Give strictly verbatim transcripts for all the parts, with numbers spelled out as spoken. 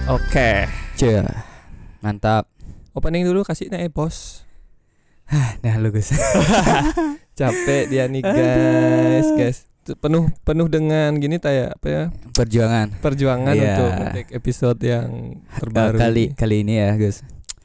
Oke. Cie, mantap. Opening dulu kasih nih bos. Nah lu guys. Capek dia nih guys, guys. Penuh penuh dengan gini taya apa ya? Perjuangan. Perjuangan Iya. untuk take episode yang terbaru. Kali ini. kali ini ya guys.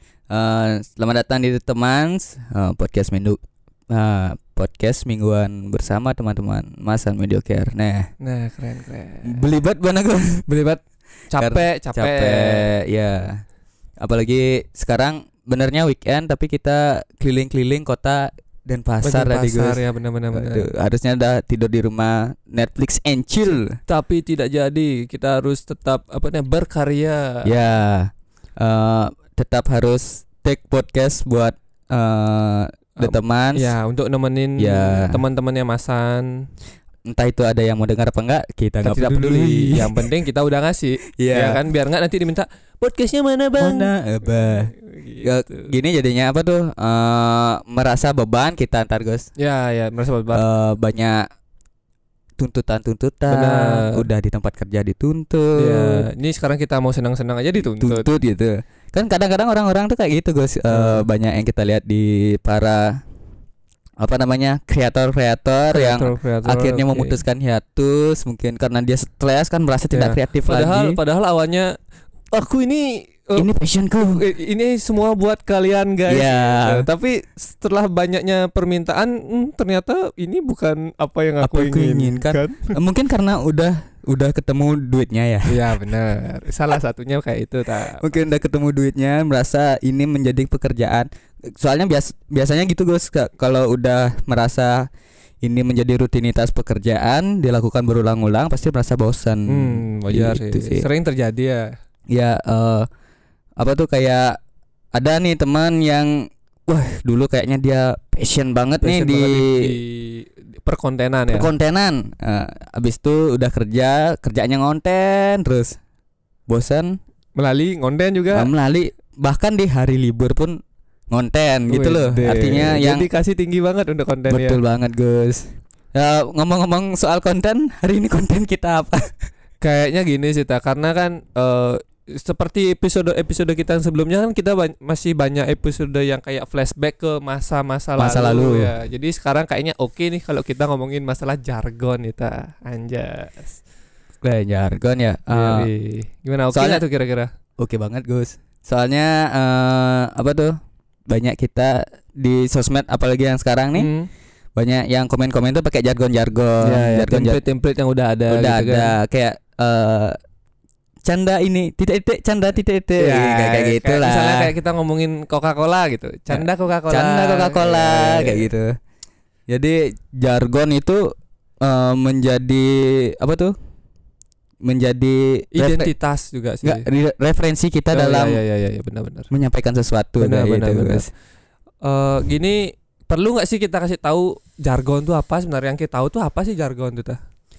Uh, selamat datang di The Temans uh, podcast minggu uh, podcast mingguan bersama teman-teman Masan Mediocre. Nah, Nah keren keren. belibet mana gue? Belibet. Capek capek. Capek ya. Apalagi sekarang benernya weekend tapi kita keliling-keliling kota dan pasar tadi pasar guys. ya benar-benar. Aduh, harusnya udah tidur di rumah Netflix and chill. Tapi tidak jadi. Kita harus tetap apa namanya berkarya. Ya, uh, tetap harus take podcast buat uh, The Temans. Ya untuk nemenin Ya. teman-temannya Masan. Entah itu ada yang mau dengar apa enggak, kita Kita nggak tidak peduli. peduli. Yang penting kita udah ngasih. Iya. Ya kan biar nggak nanti diminta podcastnya mana bang? Mana, apa? Ya, Gitu. gini jadinya apa tuh? Uh, merasa beban kita ntar guys. Ya ya merasa beban. Uh, banyak tuntutan-tuntutan. Benar. Udah di tempat kerja dituntut. Ya, ini sekarang kita mau senang-senang aja dituntut. Tuntut gitu. Kan kadang-kadang orang-orang tuh kayak gitu guys. Uh, Hmm. Banyak yang kita lihat di para apa namanya kreator-kreator yang Kreator-kreator, akhirnya oke. memutuskan hiatus mungkin karena dia stres kan merasa tidak Ya. kreatif Padahal lagi. padahal awalnya aku ini eh, Ini passionku. eh, ini semua buat kalian guys. Ya. Eh, tapi setelah banyaknya permintaan, hmm, ternyata ini bukan apa yang Apa aku aku inginkan. inginkan. Mungkin karena udah udah ketemu duitnya ya. Iya benar. Salah satunya kayak itu tak. Mungkin udah ketemu duitnya merasa ini menjadi pekerjaan. Soalnya bias biasanya gitu guys, Kak. Kalau udah merasa ini menjadi rutinitas pekerjaan dilakukan berulang-ulang pasti merasa bosan. Hmm, wajar Gitu sih. Sering terjadi ya. Ya eh, apa tuh kayak ada nih teman yang wah dulu kayaknya dia passion banget nih Passion di, banget di, di perkontenan ya. perkontenan. Eh, abis itu udah kerja kerjanya ngonten terus bosan Melalui ngonten juga. eh, melalui bahkan di hari libur pun ngonten gitu loh. Wede. Artinya yang Dedikasi tinggi banget untuk konten ya. betul banget Gus. Ya, ngomong-ngomong soal konten, hari ini konten kita apa? Kayaknya gini sih ta, karena kan eh, seperti episode-episode kita yang sebelumnya kan kita ba- masih banyak episode yang kayak flashback ke masa-masa Masa lalu, lalu. ya. Jadi sekarang kayaknya oke nih kalau kita ngomongin masalah jargon nih ta. Anjas. Kayak jargon ya. Eh, Yoi. Gimana oke soalnya- nggak tuh kira-kira? Oke banget Gus. Soalnya eh, apa tuh? Banyak kita di sosmed apalagi yang sekarang nih Hmm. banyak yang komen-komen tuh pakai jargon-jargon, Ya, ya, jargon jar- template-template yang udah ada udah gitu ada kan. kayak eh canda ini titik-titik canda titik-titik Ya, kayak kayak gitu lah. Misalnya kayak kita ngomongin Coca-Cola gitu. Canda Coca-Cola. Canda Coca-Cola Ya, ya, kayak ya. gitu. Jadi jargon itu eh, menjadi apa tuh? Menjadi refer- Identitas juga sih. nggak, re- referensi kita Oh, dalam ya, ya, ya, ya, benar-benar. menyampaikan sesuatu Benar, kayak benar, gitu, benar. Gus. Eh, gini perlu nggak sih kita kasih tahu jargon tuh apa sebenarnya? Yang kita tahu tuh apa sih jargon tuh tah?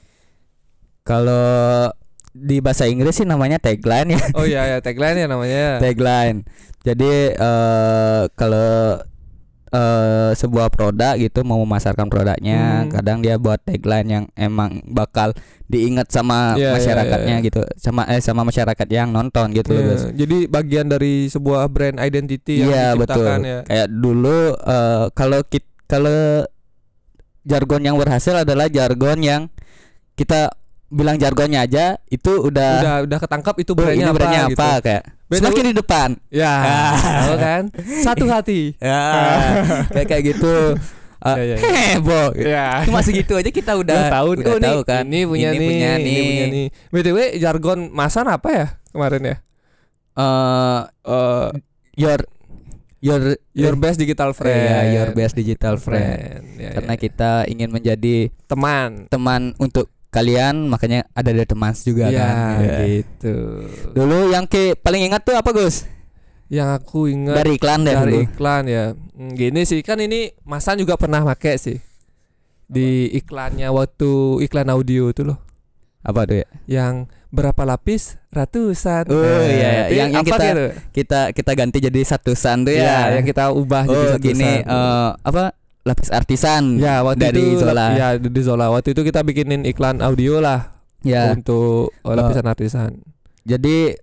Kalau di bahasa Inggris sih namanya tagline ya. Oh iya ya tagline ya namanya. Tagline. Jadi eh kalau eh sebuah produk gitu mau memasarkan produknya, Hmm. kadang dia buat tagline yang emang bakal diingat sama Iya, iya, masyarakatnya iya, iya. gitu, sama eh sama masyarakat yang nonton gitu loh, Iya, guys. jadi bagian dari sebuah brand identity yang Iya betul. diciptakan ya. Kayak dulu eh kalau kit kalau jargon yang berhasil adalah jargon yang kita bilang jargonnya aja itu udah Udah udah ketangkap itu oh, ini brandnya apa, brandnya gitu. apa kayak Beda- semakin di depan. Ya, Ah. tahu kan? Satu hati. Ya, kayak kayak gitu. Uh, Ya, ya, ya. heboh. Ya. Cuma segitu aja kita udah Udah tahu udah tuh nih, tahu kan. Ini punya ini nih, punya ini nih. punya nih. B T W jargon Masan apa ya kemarin ya? Eh, Eh, your your your best digital friend. Iya, your best digital friend. Ya, Karena ya. kita ingin menjadi teman. teman untuk kalian, makanya ada The Temans juga Ya, kan. Iya. gitu. Dulu yang ke paling ingat tuh apa, Gus? Yang aku ingat Dari iklan deh dari dulu. iklan ya. Hmm, Gini sih kan ini Masan juga pernah make sih. Di iklannya waktu iklan audio itu loh. Apa tuh ya? Yang berapa lapis? Ratusan. Oh, Nah, iya, itu yang- yang apa kita- gitu? Kita kita ganti jadi satusan tuh Iya, ya. yang kita ubah jadi Oh, satusan. gini eh, apa? Lapis artisan. Ya, waktu dari itu Zola. Ya, di Zola. Waktu itu kita bikinin iklan audio lah Ya. untuk oh, lapisan artisan. Jadi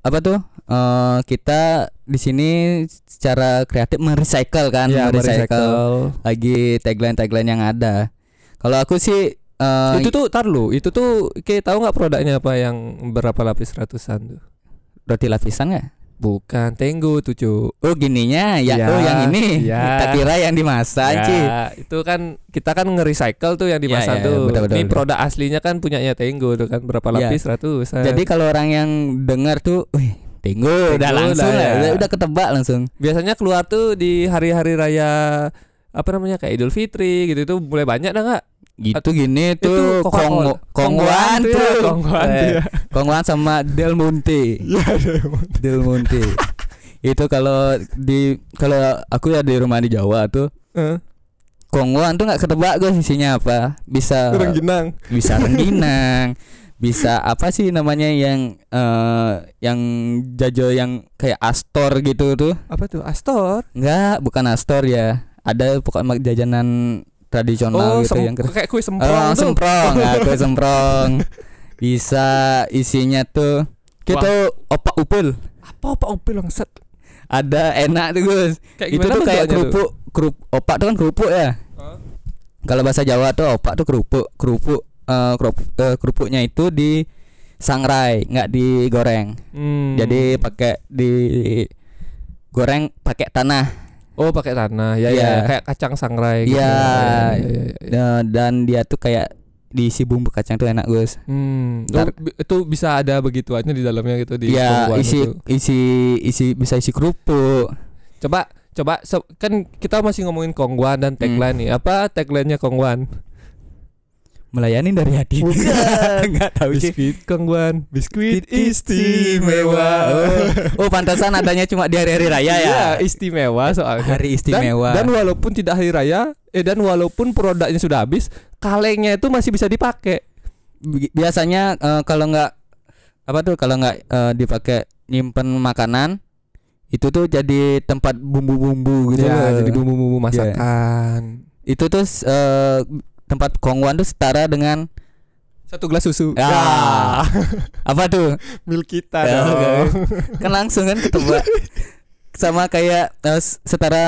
apa tuh? Eh kita di sini secara kreatif merecycle kan, Ya, merecycle merecycle. lagi tagline-tagline yang ada. Kalau aku sih eh, Itu tuh tar lu, itu tuh kayak tahu nggak produknya apa yang berapa lapis ratusan tuh? roti lapisan nggak? Bukan, Tenggo tuh cu. Oh gininya ya, Ya, oh yang ini. ya. Tak kira yang dimasak Ci. Ya, itu kan kita kan nge-recycle tuh yang Ya, dimasak ya, tuh. betul, betul, Ini betul. produk aslinya kan punyanya Tenggo tuh kan berapa Ya. lapis ratusan. Jadi kalau orang yang dengar tuh, wih, Tenggo, udah Tenggo langsung lah lah, ya. udah, udah ketebak langsung. biasanya keluar tuh di hari-hari raya apa namanya kayak Idul Fitri gitu itu mulai banyak dah nggak? Gitu gini Itu tuh Coca-Cola. Kong Kongwan tuh ya, tuh. Kongwan tuh Eh, ya. Kongwan sama Del Monte. Del Monte. Itu kalau di kalau aku ya di rumah di Jawa tuh Eh, Kongwan tuh nggak ketebak gue isinya apa. Bisa Rengginang. bisa rengginang, bisa apa sih namanya yang eh yang jajo yang kayak Astor gitu tuh. Apa tuh? Astor. Enggak, bukan Astor ya. Ada pokoknya jajanan tradisional Oh, gitu sem- yang keren. kayak kue semprong Oh, tuh. semprong, ya, kue semprong. Bisa isinya tuh kita opak upul. Apa apa upil set. Ada enak tuh Gus. Kayak Itu gimana tuh kayak bentuknya tuh? kerupuk, kerup opak tuh kan kerupuk ya. Hah? Kalau bahasa Jawa tuh opak tuh kerupuk, kerupuk eh, kerupuk eh, kerupuknya itu di sangrai, nggak digoreng. Hmm. Jadi pakai di goreng pakai tanah. Oh pakai tanah ya Iya. ya kayak kacang sangrai gitu. Iya. Ya, ya, ya, ya, ya. Eh, dan dia tuh kayak diisi bumbu kacang tuh enak Gus. Hmm. Ntar- Oh, bi- itu bisa ada begituannya di dalamnya gitu di Iya, Kongguan isi itu. isi isi bisa isi kerupuk. Coba coba se- kan kita masih ngomongin Kongguan dan tagline nih. Apa tagline-nya Kongguan? Melayani dari hati. Enggak tahu sih. Biskuit Kongguan, biskuit Istimewa. Oh, oh, pantasan adanya cuma di hari-hari raya ya. Iya, istimewa soalnya. Hari istimewa. Dan, dan walaupun tidak hari raya, eh dan walaupun produknya sudah habis, kalengnya itu masih bisa dipakai. Bi- biasanya eh, kalau nggak apa tuh kalau nggak eh, dipakai nyimpen makanan itu tuh jadi tempat bumbu-bumbu gitu Ya, loh. jadi bumbu-bumbu masakan. Itu tuh eh, tempat Kongguan tuh setara dengan Satu gelas susu. Ah. apa tuh? Milk kita Ya, dong. Kan langsung kan ketebak. Sama kayak eh, s- setara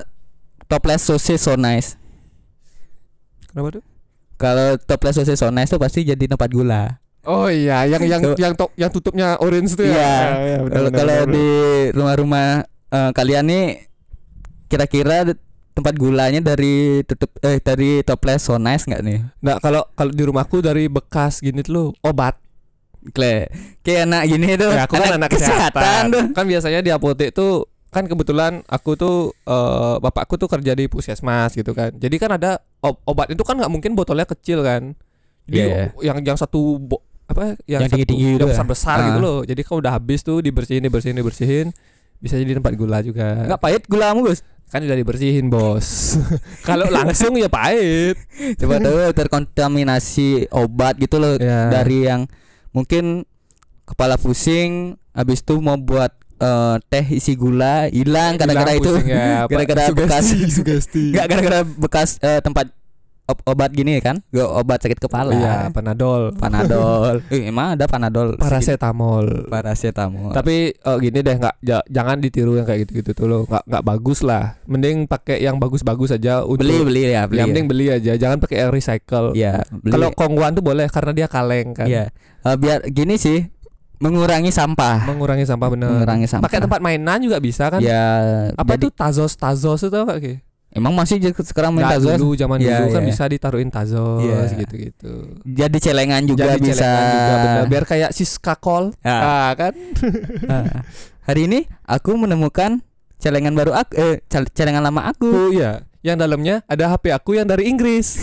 toples sosis so nice. Kenapa tuh? Kalau toples sosis so nice tuh pasti jadi tempat gula. Oh iya, yang yang Tuh. yang top, yang tutupnya orange tuh ya. Iya. Ya, ya, benar, Kalau benar, kalau benar. di rumah-rumah eh, kalian nih kira-kira d- tempat gulanya dari tutup eh dari toples so nice nggak nih? Nah, kalau kalau di rumahku dari bekas gini tuh lo, obat. Kle, kayak anak gini tuh. Ya, aku kan anak kesehatan. tuh. Kan biasanya di apotek tuh kan kebetulan aku tuh eh, bapakku tuh kerja di puskesmas gitu kan. Jadi kan ada ob- obat itu kan nggak mungkin botolnya kecil kan. Jadi Iya, iya. yang yang satu bo- apa yang, Yang satu tinggi-tinggi gitu yang ya? besar-besar Ah. gitu loh. Jadi kalau udah habis tuh dibersihin dibersihin dibersihin bisa jadi tempat gula juga. Nggak pahit gulamu Gus? Kan udah dibersihin bos. Kalau langsung ya pahit. Coba tahu terkontaminasi obat gitu loh Ya. dari yang mungkin kepala pusing habis itu mau buat eh, teh isi gula hilang gara-gara Hilang itu pusing ya, Pak. gara-gara bekas Sugesti, sugesti. nggak gara-gara bekas eh, tempat ob- obat gini kan Gak obat sakit kepala Iya, Panadol, Panadol eh, emang ada Panadol paracetamol. paracetamol Tapi eh, gini deh, nggak ja- jangan ditiru yang kayak gitu-gitu tuh lo, nggak nggak bagus lah. Mending pakai yang bagus-bagus aja. Untuk, beli beli ya beli yang ya. mending beli aja, jangan pakai yang recycle. ya beli Kalau Kongguan tuh boleh karena dia kaleng kan. ya Eh, biar gini sih mengurangi sampah Mengurangi sampah bener. mengurangi sampah Pakai tempat mainan juga bisa kan. ya Apa jadi- tuh tazos tazos itu apa Ki? emang masih j- sekarang main Nggak, tazos dulu zaman Ya, dulu kan ya. bisa ditaruhin tazos Ya. gitu-gitu. jadi celengan juga Jadi bisa celengan juga bener. Biar kayak Siska Kol. Ya. Ah, kan? Ah. Hari ini aku menemukan celengan baru aku eh cel- celengan lama aku. Oh iya, yang dalamnya ada H P aku yang dari Inggris.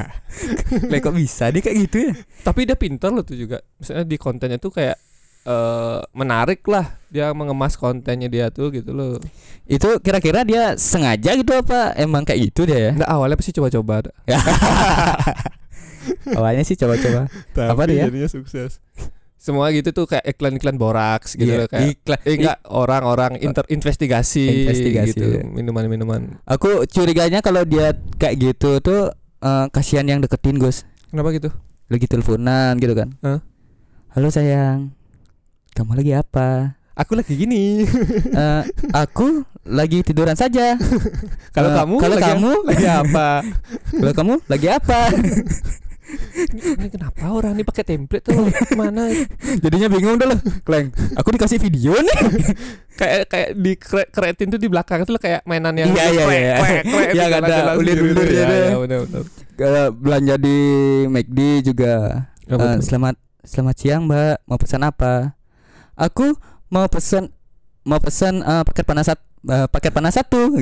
Lah kok bisa dia kayak gitu ya? Tapi dia pintar loh tuh juga. Misalnya di kontennya tuh kayak eh menarik lah. Dia mengemas kontennya dia tuh gitu loh. Itu kira-kira dia sengaja gitu apa emang kayak gitu dia ya? Nggak, awalnya pasti coba-coba. Awalnya sih coba-coba. Tapi Apa dia? jadinya sukses. Semua gitu tuh kayak iklan-iklan boraks gitu Iya, loh kayak. iklan. Eh enggak, orang-orang inter investigasi, Investigasi, gitu, iya. minuman-minuman. Aku curiganya kalau dia kayak gitu tuh eh, kasihan yang deketin Gus. Kenapa gitu? Lagi teleponan gitu kan. Hah? Halo sayang. Kamu lagi apa? Aku lagi gini. Eh, aku lagi tiduran saja. Kalau Eh, kamu kalau lagi, kamu lagi apa? kalau kamu lagi apa? Ini kenapa orang ini pakai template tuh mana? Jadinya bingung dah loh. Kleng, aku dikasih video nih. Kayak kayak di kre- kreatin tuh di belakang tuh kayak mainan yang Iya, iya, krek, iya. krek, krek, Yang itu ada jalan-jalan ulir-ulir sendiri. gitu. Iya, iya, benar, benar. Kalau belanja di McD juga. Ya, Eh, betul. selamat selamat siang Mbak, mau pesan apa? Aku mau pesan mau pesan eh, paket panas sat, eh, paket panas satu.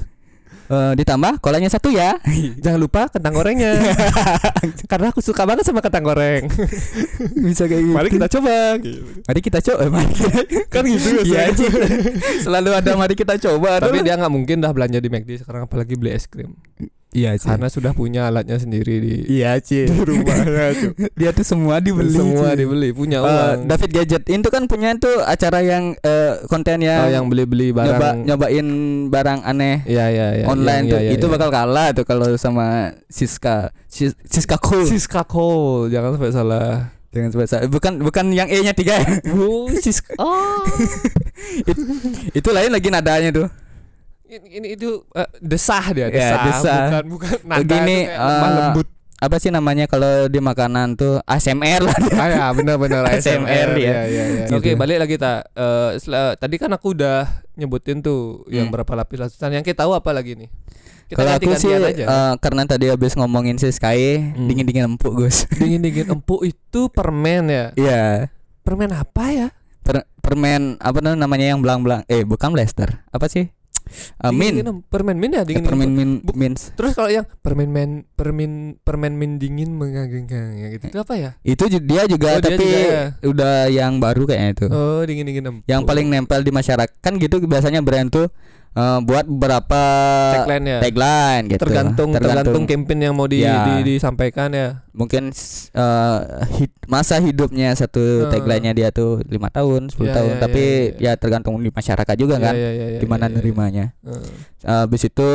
Eh, ditambah kolanya satu ya. Jangan lupa kentang gorengnya. Karena aku suka banget sama kentang goreng. Bisa kayak gitu. Mari kita coba. Gitu. Mari kita coba. Mari. Kan gitu Iya, biasanya. Cik. Selalu ada mari kita coba. Tapi Aduh. dia nggak mungkin dah belanja di McD sekarang, apalagi beli es krim. Iya sih. Karena sudah punya alatnya sendiri di, Iya Ci. di rumahnya tuh. Dia tuh semua dibeli. Semua Ci. dibeli, punya Eh, uang. David Gadget itu kan punya tuh acara yang eh, konten Oh, yang, yang beli-beli nyoba, barang. nyobain barang aneh Iya, iya, iya. online Yang- tuh. iya, iya, Itu iya. bakal kalah tuh kalau sama Siska Sis- Siska Cool. Siska Cole, jangan sampai salah. Dengan sebasa bukan bukan yang E-nya tiga. Oh, Siska. Oh. It- itu lain lagi nadanya tuh. Ini, ini itu eh, desah dia, Ya, desah, desah. bukan bukan nada Begini, itu kayak lemah eh, lembut. Apa sih namanya kalau di makanan tuh A S M R lah. Ah ya, benar-benar A S M R, ya. ya, ya, ya. Gitu. Oke, balik lagi tak. Eh, sel- tadi kan aku udah nyebutin tuh yang Hmm. berapa lapis lapisan. Yang kita tahu apa lagi nih? Kita Kalau aku sih ganti-gantian aja. eh, karena tadi habis ngomongin si Sky Hmm. dingin-dingin empuk Gus. Dingin-dingin empuk itu permen ya. Iya. Permen apa ya? Per- permen apa tuh namanya yang belang-belang? Eh, bukan blaster. Apa sih? Uh, min. Dingin em- permen min ya, Eh, dingin permen empuk. min Bu- mins. Terus kalau yang permen men permen permen min dingin mengagumkan ya gitu. Itu apa ya? Itu ju- dia juga Oh, dia tapi juga ya. udah yang baru kayaknya itu. Oh, dingin-dingin empuk. Yang paling nempel di masyarakat kan gitu biasanya brand tuh eh, buat beberapa tagline ya. tagline gitu. Tergantung, tergantung campaign yang mau di, Ya. di- disampaikan ya. Mungkin eh, hid- masa hidupnya satu Hmm. tagline-nya dia tuh lima tahun, sepuluh Ya, tahun, ya, tapi ya, ya, tergantung di masyarakat juga kan. Ya, ya, ya, ya, Gimana ya, ya. nerimanya. Heeh. Eh, Habis itu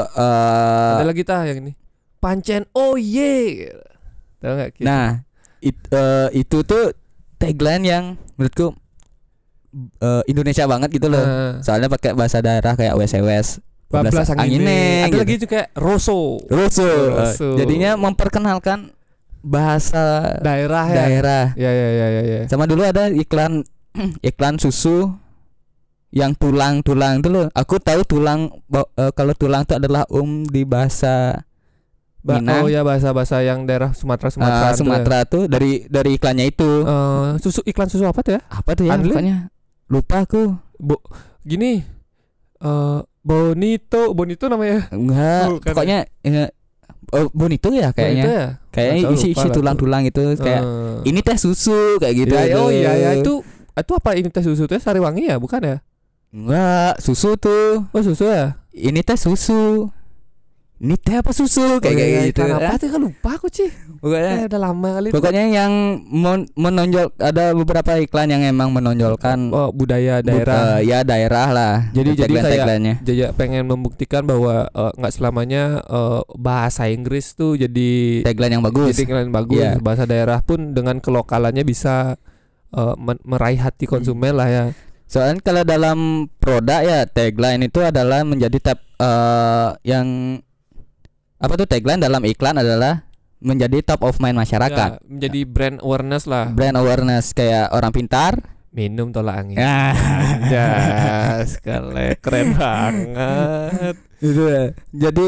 eh, Ada lagi tah yang ini. Pancen oh ye. Tahu enggak gitu? nah it- eh, itu tuh tagline yang menurutku eh, Indonesia banget gitu loh. Nah, Soalnya pakai bahasa daerah kayak wes wes. bablas angine. Ada gitu. lagi juga kayak Roso. Rusuh. Rusuh. Jadinya memperkenalkan bahasa Daerah ya. daerah. Ya ya ya ya ya. Sama dulu ada iklan iklan susu yang tulang-tulang itu loh. Aku tahu tulang ba- eh, kalau tulang itu adalah um di bahasa Ba- Minang. oh ya bahasa-bahasa yang daerah Sumatera Sumatera. eh, Sumatera tuh dari dari iklannya itu. Eh, susu iklan susu apa tuh ya? Apa tuh ya Adli? pokoknya lupa aku. Bo, gini. Eh Bonito, Bonito namanya. Enggak, Bukan pokoknya eh, oh, Bonito ya Bonito kayaknya. ya? Kayaknya Nggak tahu, isi lupa isi lah tulang-tulang itu kayak Eh. ini teh susu kayak gitu. Ya, oh tuh. iya ya itu itu apa ini teh susu teh Sariwangi ya bukan ya? Enggak, susu tuh. Oh susu ya? Ini teh susu. Ini teh apa susu kayak Oh, iya, kayak iya, gitu. iklan apa Ah, tuh kan lupa aku sih. Pokoknya Eh, udah lama kali. itu. pokoknya yang mon- menonjol ada beberapa iklan yang emang menonjolkan Oh, budaya bu- daerah. eh, ya daerah lah. Jadi- jadi kayak- tagline-nya. Jadi pengen membuktikan bahwa eh, nggak selamanya eh, bahasa Inggris tuh jadi Tagline yang bagus. jadi iklan bagus. Iya. Bahasa daerah pun dengan kelokalannya bisa eh, men- meraih hati konsumen lah ya. Soalnya kalau dalam produk ya tagline itu adalah menjadi tab eh, yang apa tuh tagline dalam iklan adalah menjadi top of mind masyarakat. Ya, menjadi brand awareness lah. Brand awareness kayak orang pintar. Minum tolak angin. Ya. Ya, sekali keren banget. Gitu ya. Jadi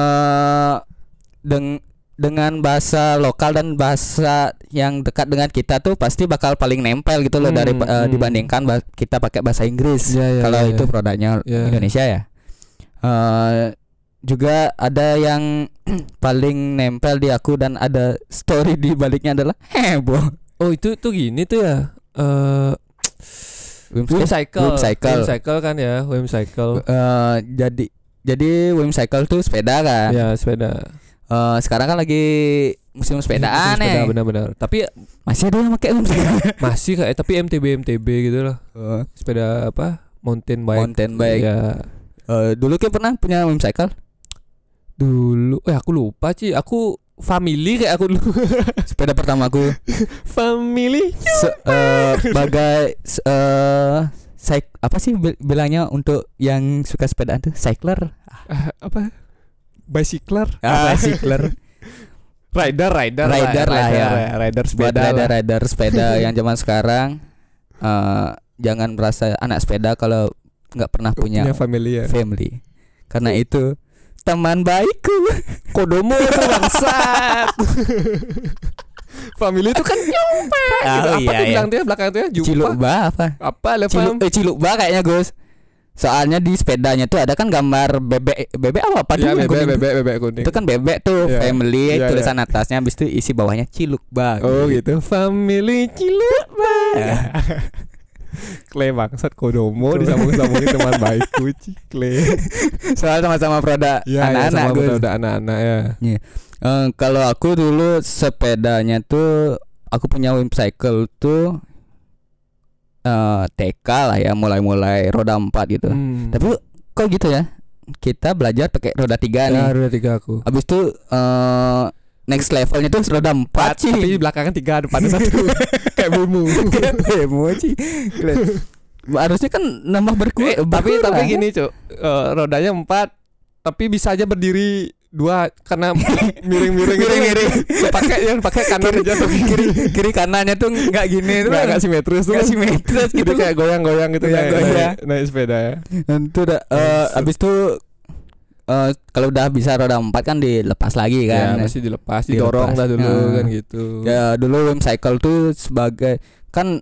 eh deng dengan bahasa lokal dan bahasa yang dekat dengan kita tuh pasti bakal paling nempel gitu loh Hmm, dari eh, hmm. dibandingkan ba- kita pakai bahasa Inggris. Ya, ya, Kalau ya, itu ya. produknya Ya. Indonesia ya. Eh juga ada yang paling nempel di aku dan ada story di baliknya adalah heboh. Oh itu tuh gini tuh ya. Eh Wimcycle. Wimcycle. Wimcycle kan ya, Wimcycle. Eh, jadi jadi Wimcycle tuh sepeda kan. Ya, sepeda. Eh, sekarang kan lagi musim sepedaan Sepeda ya. benar-benar. Tapi Masih ada yang pakai Wimcycle. masih kayak tapi M T B M T B gitu loh. Sepeda apa? Mountain bike. Mountain bike. Ya. Eh, dulu kan pernah punya Wimcycle. Dulu eh aku lupa Ci. Aku family kayak aku dulu. Sepeda pertamaku Family. se- eh, bagai se- eh Cyc- apa sih bil- bilangnya untuk yang suka sepedaan tuh cycler, Ah, apa? Bicycler. ah, cycler, Rider, rider, Rider lah ya. rider buat sepeda. rider lah. rider sepeda yang zaman sekarang. eh, jangan merasa anak sepeda kalau nggak pernah punya, Punya family ya. family, karena itu teman baikku. Kodomo itu bangsat. Family itu kan jumpa. Ah, gitu. Apa iya, tuh iya. bilang tuh ya, belakang tuh ya jumpa. Cilukba apa? Apa lah Ciluk, fam? eh, Cilukba kayaknya Gus. Soalnya di sepedanya tuh ada kan gambar bebek, bebek apa apa Ya tuh yang bebek, kuning? bebek, bebek kuning. Itu kan bebek tuh, Iya. family, Iya, tulisan atasnya, habis itu isi bawahnya Cilukba. Oh gitu. Family Cilukba. Kle bangsat Kodomo disambung-sambungin teman baikku Cikle. Soalnya sama-sama produk Ya, anak-anak ya, Gus. sama udah anak-anak ya. Eh, kalau aku dulu sepedanya tuh aku punya Whimcycle tuh eh T K lah ya, mulai-mulai roda empat gitu. Hmm. Tapi kok gitu ya? Kita belajar pakai roda tiga nih. Ya, roda tiga aku. Habis itu eh next levelnya tuh roda empat sih. Tapi belakangan tiga, depannya satu. Kayak bemu. Bemo sih. Harusnya kan nambah berku Eh, tapi berkurang. tapi gini cuk, Eh, rodanya empat, tapi bisa aja berdiri dua karena miring-miring gitu. Miring-miring. Pakai yang pakai kanan aja tapi kiri kiri kanannya tuh nggak gini tuh. nggak nggak simetris tuh. Nggak simetris Gitu gitu. kayak goyang-goyang gitu kayak Goyang-goyang. naik, naik sepeda ya. Itu udah eh, habis itu eh, kalau udah bisa roda empat kan dilepas lagi Ya, kan. masih dilepas, didorong Dilepas. dah dulu Nah. kan gitu. Ya dulu Whimcycle tuh sebagai kan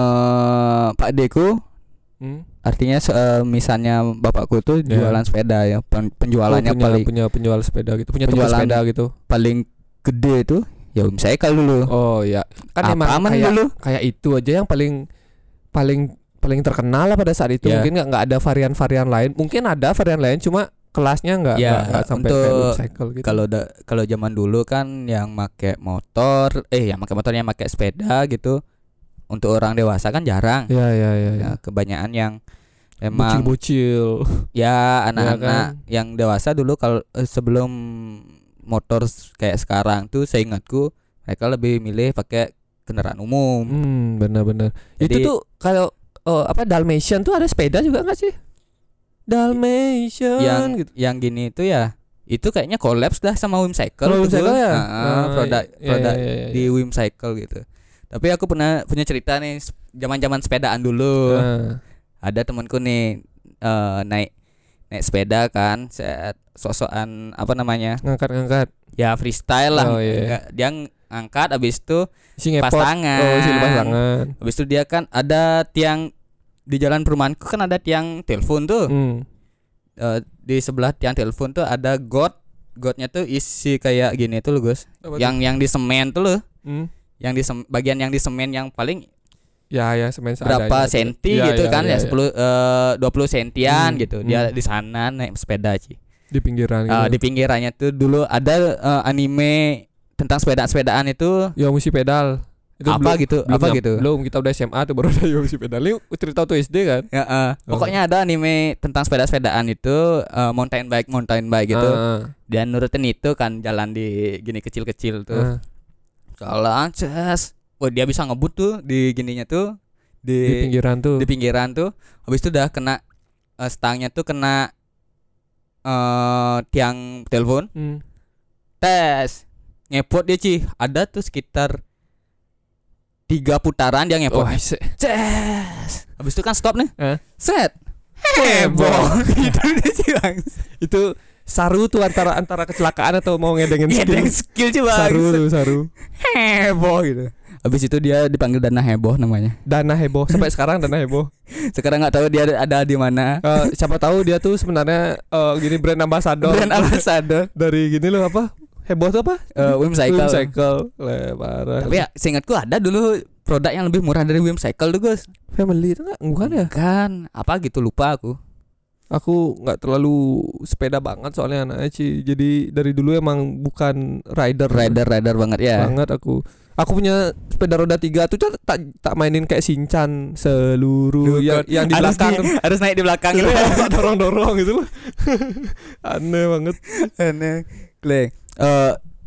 eh Pak Deku, Hmm? artinya se- eh, misalnya bapakku tuh Ya. jualan sepeda ya, pen- Oh, penjualannya punya, paling punya penjual sepeda gitu, punya toko Penjualan. sepeda gitu. paling gede tuh ya Whimcycle dulu. Oh ya, kan Apa emang aman kayak dulu? kayak itu aja yang paling paling paling terkenal lah pada saat itu. Ya. Mungkin nggak nggak ada varian-varian lain. Mungkin ada varian lain, cuma kelasnya nggak Ya, nggak nggak sampai untuk kayak Whimcycle gitu. Kalau da- kalau zaman dulu kan yang make motor, eh yang make motornya make sepeda gitu. Untuk orang dewasa kan jarang. ya ya ya, ya. Ya, kebanyakan yang emang Bocil-bocil. ya anak-anak kan? yang dewasa dulu kalau eh, sebelum motor s- kayak sekarang tuh saya ingatku mereka lebih milih pakai kendaraan umum. Hmm, benar-benar. Itu Jadi- tuh kalau oh, apa Dalmatian tuh ada sepeda juga nggak sih? Dalmatian yang gitu. yang gini itu ya itu kayaknya collapse dah sama Whimcycle. Kalau tuh, Whimcycle Gus. ya? Heeh, Ah, produk iya, produk iya, iya, di iya. Whimcycle gitu. Tapi aku pernah punya cerita nih s- zaman-zaman sepedaan dulu. Ah. Ada temanku nih eh, naik naik sepeda kan, set sosokan apa namanya? Ngangkat-ngangkat. Ya freestyle lah. Oh, iya. Nggak- Dia ngangkat habis itu Si pas ngepot. tangan. Oh, si lepas tangan. Habis itu dia kan ada tiang di jalan perumahanku kan ada tiang telepon tuh. Hmm. Eh, di sebelah tiang telepon tuh ada got. Gotnya tuh isi kayak gini tuh loh, Gus. Apa tuh? Yang yang di semen tuh loh. Hmm. Yang di sem- bagian yang di semen yang paling Ya ya semen berapa seadanya. senti Ya, gitu ya, kan ya, ya, ya. sepuluh eh, dua puluh sentian Hmm, gitu. Dia hmm. di sana naik sepeda sih. Di pinggiran gitu. Eh, di pinggirannya tuh dulu ada eh, anime tentang sepeda-sepedaan itu Yo mesti pedal. Itu apa belum- gitu, belum apa nyam- gitu. Belum, kita udah S M A tuh baru ada Yo mesti pedal. Ini cerita tuh S D kan. Ya, eh, pokoknya ada anime tentang sepeda-sepedaan itu eh, mountain bike, mountain bike gitu. Ah, Dan nurutin itu kan jalan di gini kecil-kecil ah. tuh. Kalau ances, oh dia bisa ngebut tuh di gininya tuh Di di pinggiran tuh. di pinggiran tuh. Habis itu udah kena eh, stangnya tuh kena eh tiang telepon. Hmm. Tes ngepot dia Ci. Ada tuh sekitar tiga putaran dia ngepot. Wah, se- Ces. Habis itu kan stop nih. Hah? Set. Heboh. Gitu dia sih bang. itu saru tuh antara antara kecelakaan atau mau ngedengin Iya skill. ada skill coba. Saru tuh saru. Heboh gitu. Habis itu dia dipanggil Dana Heboh namanya. Dana heboh sampai sekarang Dana heboh. Sekarang nggak tahu dia ada, ada di mana. Eh, siapa tahu dia tuh sebenarnya eh, gini brand ambassador. Brand ambassador Dari gini loh apa? Heboh tuh apa? uh, Whimcycle. Whimcycle. Le, parah. Tapi ya seingatku ada dulu produk yang lebih murah dari Whimcycle tuh Gus. Family itu enggak bukan ya? Kan apa gitu lupa aku. Aku nggak terlalu sepeda banget soalnya anaknya Ci. Jadi dari dulu emang bukan rider. Rider rider banget ya. Banget aku. Aku punya sepeda roda tiga tuh tak tak, tak mainin kayak Shinchan seluruh yang yang di harus belakang. di- harus naik di belakang gitu. dorong-dorong gitu loh. Aneh banget. Aneh. Kle. Eh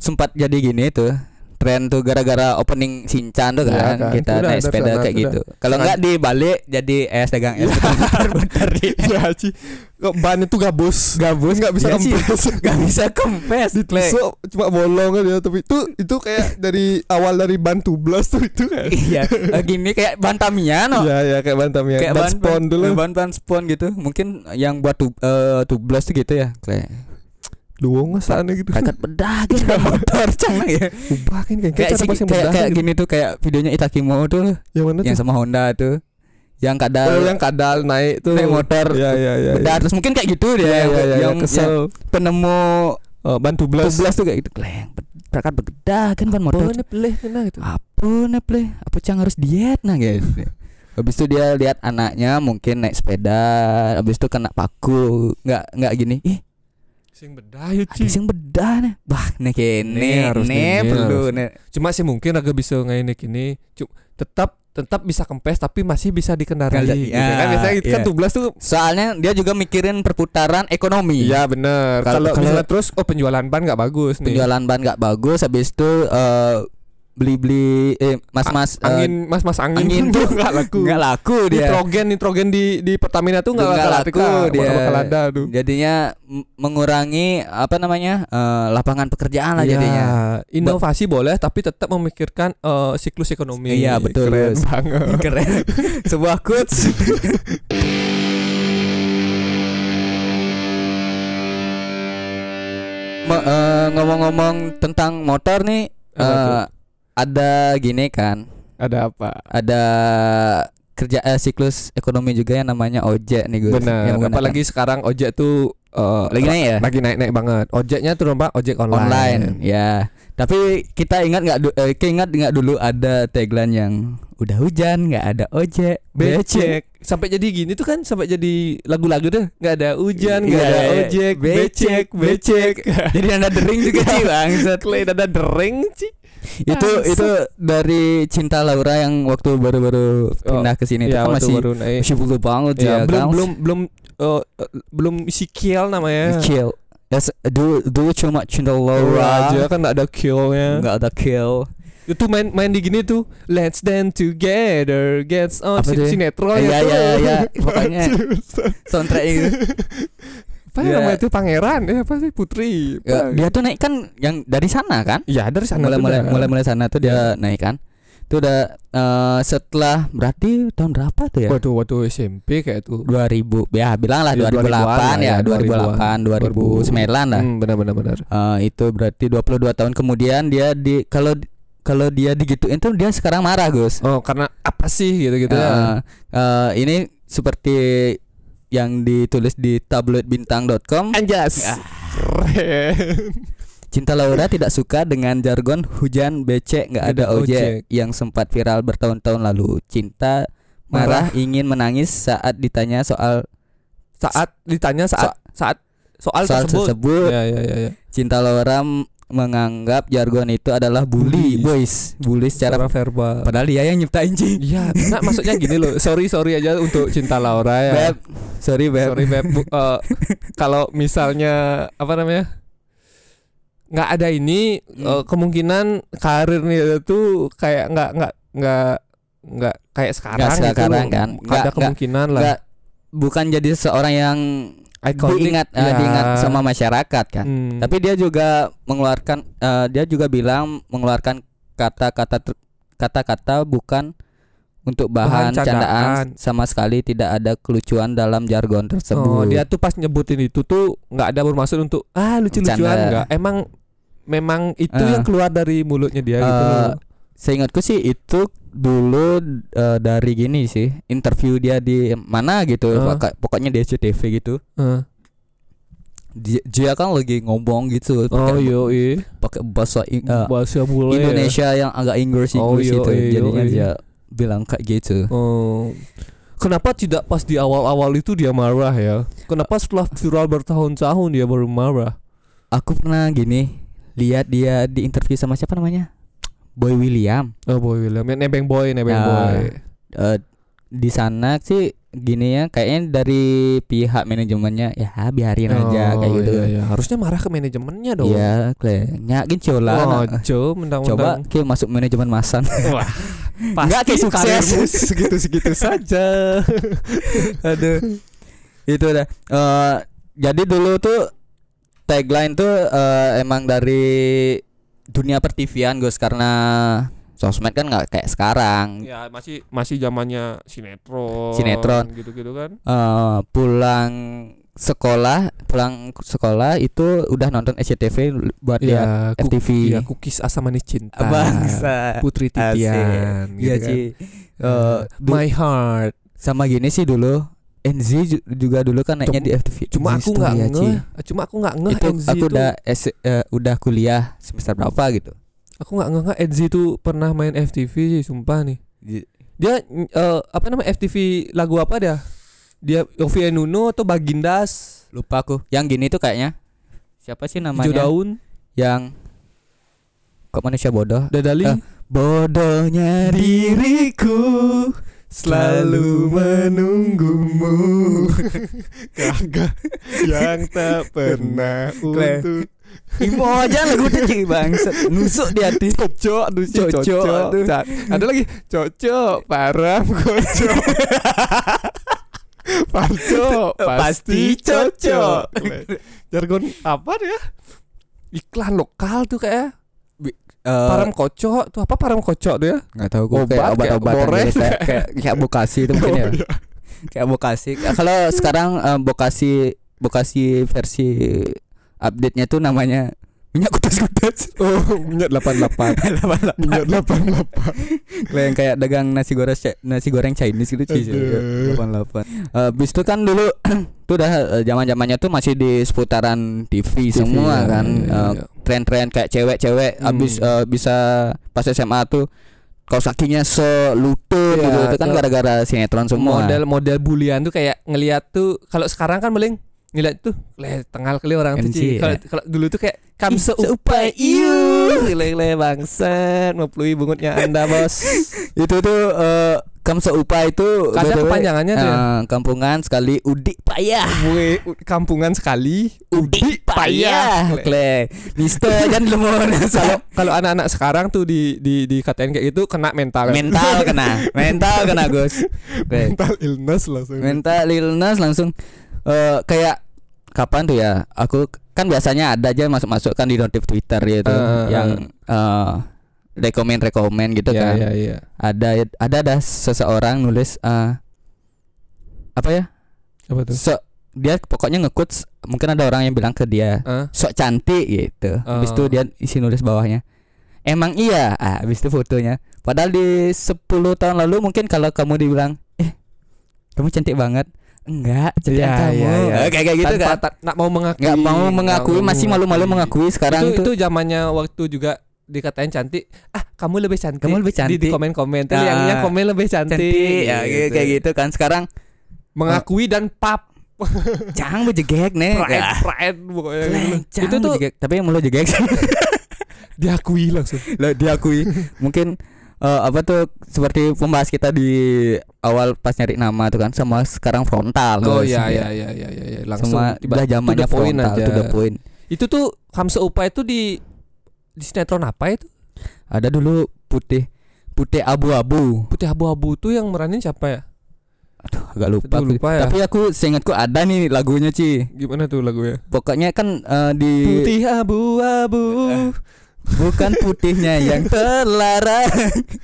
sempat jadi gini tuh. Tren tuh gara-gara opening Shinchan tuh kan, ya, kan? kita Udah, naik udah, sepeda udah, kayak udah. gitu. Kalau enggak dibalik jadi es dagang es bentar-bentar di Ya Ci, kok ban itu gabus. gabus nggak bisa Iya sih, kempes. nggak bisa kempes. Ditusuk cuma bolong kan ya, tapi itu itu kayak dari awal dari ban tubeless tuh itu kan. Iya, eh, gini kayak ban Tamiya no. Iya ya kayak ban Tamiya. Kayak ban ban spon dulu. Ban ban spon gitu. Mungkin yang buat tub, uh, tubeless tuh gitu ya. Kayak Doang sana gitu. kakak bedah gitu ban motor cuma ya. Ubah kan kayak Kayak, cara si, pasang kayak, bedah kayak gitu. gini tuh kayak videonya Itakimo tuh Yang mana yang tuh? sama Honda tuh. Yang kadal Oh, yang kadal naik tuh. naik motor Ya ya ya. bedah terus mungkin kayak gitu dia Ya, yang, ya, ya, yang, kesel. yang penemu Oh, ban tubeless. tubeless tuh kayak gitu. Kleng berangkat bedah kan ban motor. Oh, ini pelih kena gitu. Apa nih play? Apa cang harus diet nah gitu. Habis itu dia lihat anaknya mungkin naik sepeda, habis itu kena paku, nggak nggak gini. Ih, Sing bedah yuk ada sing bedah nih. Bah, nih Nih, kene, harus nih nih, perlu harus. nih. Cuma sih mungkin agak bisa ngainek ini. Cuma tetap tetap bisa kempes tapi masih bisa dikendarai. Kalau- Gitu. ya, Kan biasanya itu kan iya. tubeless tuh. Soalnya dia juga mikirin perputaran ekonomi. Iya benar. Kalau- Kalau kalau- misalnya terus oh penjualan ban nggak bagus nih. Penjualan ban nggak bagus, habis itu eh, beli-beli eh mas-mas eh, Angin mas-mas angin, angin tuh tuh nggak laku. nggak laku dia. Nitrogen nitrogen di di Pertamina tuh nggak Nggak bakal laku laku dia. dia. Bakal ada tuh. Jadinya m- mengurangi apa namanya eh, lapangan pekerjaan lah Iya, jadinya. inovasi boleh tapi tetap memikirkan eh, siklus ekonomi. Iya, betul. Keren banget. Keren. Sebuah quotes. Mo- eh, ngomong-ngomong tentang motor nih, Apa tuh? eh, ada gini kan, Ada apa? ada kerja eh, siklus ekonomi juga yang namanya ojek nih Gus. Benar. Yang menggunakan- Apalagi sekarang ojek tuh eh, lagi naik ya? Lagi naik-naik banget. Ojeknya tuh apa? Ojek online. Online, ya. Tapi kita ingat nggak du- eh, keingat nggak dulu ada tagline yang udah hujan nggak ada ojek becek. Becek. Sampai jadi gini tuh kan sampai jadi lagu-lagu tuh. Nggak ada hujan, nggak Iya, ada iya, ojek, becek, becek, becek. Jadi ada dering juga sih bangsat. Klay ada dering sih. itu Bangsat. itu dari Cinta Laura yang waktu baru-baru pindah ke sini itu Ya, kan waktu masih baru naik. masih bulu banget Ya, ya, belum kan? belum belum eh, eh, belum si Kiel namanya. Kill. Yes, dulu dulu cuma Cinta Laura Laura aja kan nggak ada Kielnya. nggak ada kill. Itu main main di gini tuh. Let's dance together, gets on Apa si- tuh? sinetron Iya, itu. iya, iya. Pokoknya soundtrack itu. Apa Ya. namanya itu pangeran ya apa sih putri? Ya, Apa? dia tuh naik kan yang dari sana kan? Iya dari sana mulai tuh mulai dah. mulai mulai sana tuh dia naik kan. Itu udah eh, setelah berarti tahun berapa tuh ya? Waktu waktu S M P kayak tuh. dua ribu ya bilang lah Ya, dua ribu delapan dua ribuan lah ya ya, dua ribu delapan dua ribu sembilan lah. Hmm, benar benar benar. Eh, itu berarti dua puluh dua tahun kemudian dia di kalau kalau dia digituin tuh dia sekarang marah Gus. Oh karena apa sih gitu-gitu ya. Eh, eh, ini seperti yang ditulis di tabloid bintang dot com. Anjas. Ah. Keren. Cinta Laura tidak suka dengan jargon hujan becek nggak ada Ada ojek, ojek. yang sempat viral bertahun-tahun lalu. Cinta marah, ingin menangis saat ditanya soal Saat ditanya saat saat soal, soal tersebut. tersebut. Ya ya ya ya. Cinta Laura m- menganggap jargon itu adalah bully, Bully. boys, bully secara Secara verbal. padahal dia yang nyiptain Ci. Iya, nah maksudnya gini loh. Sorry sorry aja untuk Cinta Laura ya. Beb, sorry Beb. Sorry Beb. Bu- eh, kalau misalnya apa namanya? Nggak ada ini Hmm. eh, kemungkinan karirnya itu kayak nggak nggak nggak nggak kayak sekarang, Nggak gitu sekarang loh. kan. Ada Nggak- kemungkinan lah. Nggak, bukan jadi seorang yang Iconic, diingat eh, ya. diingat sama masyarakat kan. Hmm. Tapi dia juga mengeluarkan eh, dia juga bilang mengeluarkan kata-kata ter- kata-kata bukan untuk bahan, Bahan candaan. candaan, sama sekali tidak ada kelucuan dalam jargon Oh, tersebut. dia tuh pas nyebutin itu tuh nggak ada bermaksud untuk ah lucu-lucuan Bercanda. nggak. Emang memang itu Eh. yang keluar dari mulutnya dia Eh, gitu loh. Seingatku sih itu dulu eh, dari gini sih interview dia di mana gitu, Eh. Pokok- pokoknya di S C T V gitu. Eh. Dia, dia kan lagi ngomong gitu, Oh pakai yo pakai bahasa I- eh, bahasa bule ya. Indonesia yang agak Inggris Oh, Inggris yo, gitu. yo, Jadinya yo. dia bilang kayak gitu. Oh. Kenapa tidak pas di awal-awal itu dia marah ya? Kenapa setelah viral bertahun-tahun dia baru marah? Aku pernah gini lihat dia di interview sama siapa namanya, Boy William. Oh Boy William, ya, nebeng boy, nebeng Ah. boy. Eh, di sana sih gini ya, kayaknya dari pihak manajemennya ya biarin aja kayak gitu. Iya, iya. Harusnya marah ke manajemennya dong. Iya, kayaknya nyakin cola. Oh, Jo, Coba kita masuk manajemen masan. Wah, Nggak kayak sukses. Segitu-segitu saja. Aduh. Itu dah. Uh, jadi dulu tuh tagline tuh uh, emang dari dunia pertivian Gus, karena sosmed kan nggak kayak sekarang. Ya masih masih zamannya sinetron. Sinetron. Gitu-gitu kan. Uh, pulang sekolah, pulang sekolah itu udah nonton S C T V buat ya, dia F T V. Iya, Cookies Asam Manis Cinta. Bangsa. Putri Titian. Iya gitu sih. kan. Uh, du- My Heart. Sama gini sih dulu. N Z juga dulu kan naiknya Cuma, di F T V. Cuma aku nggak ngeh. Cuma aku nggak ngeh itu N Z aku itu. udah S, uh, udah kuliah semester berapa gitu. Aku nggak ngeh N Z itu pernah main F T V sih, sumpah nih. Dia uh, apa namanya F T V lagu apa dia? Dia Yovie and Nuno atau Bagindas? Lupa aku. Yang gini tuh kayaknya siapa sih namanya? Hijau Daun. Yang kok manusia bodoh? Dadali. Uh, bodohnya diriku selalu menunggumu. Kagak yang tak pernah untuk. Imo aja lagu tuh cing bangsat. Nusuk di hati. Cocok, nusuk Cocok, cocok. aduh. Ada lagi cocok, param, kocok. Parco, pasti cocok. Jargon apa dia? Iklan lokal tuh kayak. Uh, param kocok tuh apa param kocok tuh ya? Nggak tahu gue, Obat, kayak kayak obat-obatan Bores. gitu, kayak kayak kayak Bokasi itu mungkin ya. Kayak Bokasi. Kalau sekarang uh, Bokasi Bokasi versi update-nya tuh namanya minyak kutas-kutas. Oh, minyak delapan delapan. Minyak delapan delapan. Yang kayak dagang nasi goreng nasi goreng Chinese gitu sih. delapan delapan. Uh, bis itu kan dulu tuh udah zaman-zamannya tuh masih di seputaran T V, T V semua ya, kan. Iya, iya. Uh, tren-tren kayak cewek-cewek hmm. abis uh, bisa pas S M A tuh kaos kakinya selutut ya, gitu. Itu kan gara-gara sinetron semua. Model-model bulian tuh kayak ngelihat tuh kalau sekarang kan paling ngeliat tuh le tengah kali orang tuh sih. Kalau kalau dulu tuh kayak kam seupai iu le bangsat mau pelui bungutnya Anda bos. Itu tuh uh, kam seupai itu ada kepanjangannya tuh. Uh, kampungan sekali udik payah. Gue kampungan sekali udik payah. Kle. Mister jangan lemon. Kalau kalau anak-anak sekarang tuh di di dikatain kayak gitu kena mental. Kan? Mental kena. Mental kena, Gus. Mental illness langsung. Mental illness langsung. Uh, kayak kapan tuh ya? Aku kan biasanya ada aja masuk-masuk kan di notif Twitter gitu uh, yang uh, rekomen-rekomen gitu yeah, kan. Yeah, yeah. Ada ada ada seseorang nulis uh, apa ya? Apa tuh? So, dia pokoknya nge-quotes, mungkin ada orang yang bilang ke dia uh? sok cantik gitu. Uh. Habis itu dia isi nulis bawahnya emang iya. Ah, habis itu fotonya. Padahal di sepuluh tahun lalu mungkin kalau kamu dibilang eh kamu cantik banget. Enggak, cantik ya, kamu. Ya, ya. Kayak kayak gitu tanpa kan. Ta- nak mau mengakui. Enggak mau mengakui, masih malu-malu mengakui sekarang itu, tuh. Itu zamannya waktu juga dikatain cantik. Ah, kamu lebih cantik. Kamu lebih cantik. Di, di komen-komen tuh nah, yang yang komen lebih cantik. cantik. Ya, gitu. Kayak gitu kan sekarang mengakui dan pap. Jangan bejegek nih. Pride, pride pokoknya. Itu tuh tapi yang mulut jegek sih. Diakui langsung. Lah diakui. Mungkin uh, apa tuh seperti pembahas kita di awal pas nyari nama tuh kan sama sekarang frontal. Oh iya iya iya iya iya langsung sama udah zamannya frontal to the point. Itu tuh Kamsa Upa itu di di sinetron apa itu? Ada dulu putih putih abu-abu. Putih abu-abu tuh yang meranin siapa ya? Aduh agak lupa, Aduh, lupa ya. Tapi aku seingatku ada nih lagunya Ci. Gimana tuh lagunya? Pokoknya kan uh, di putih abu-abu uh, bukan putihnya yang terlarang.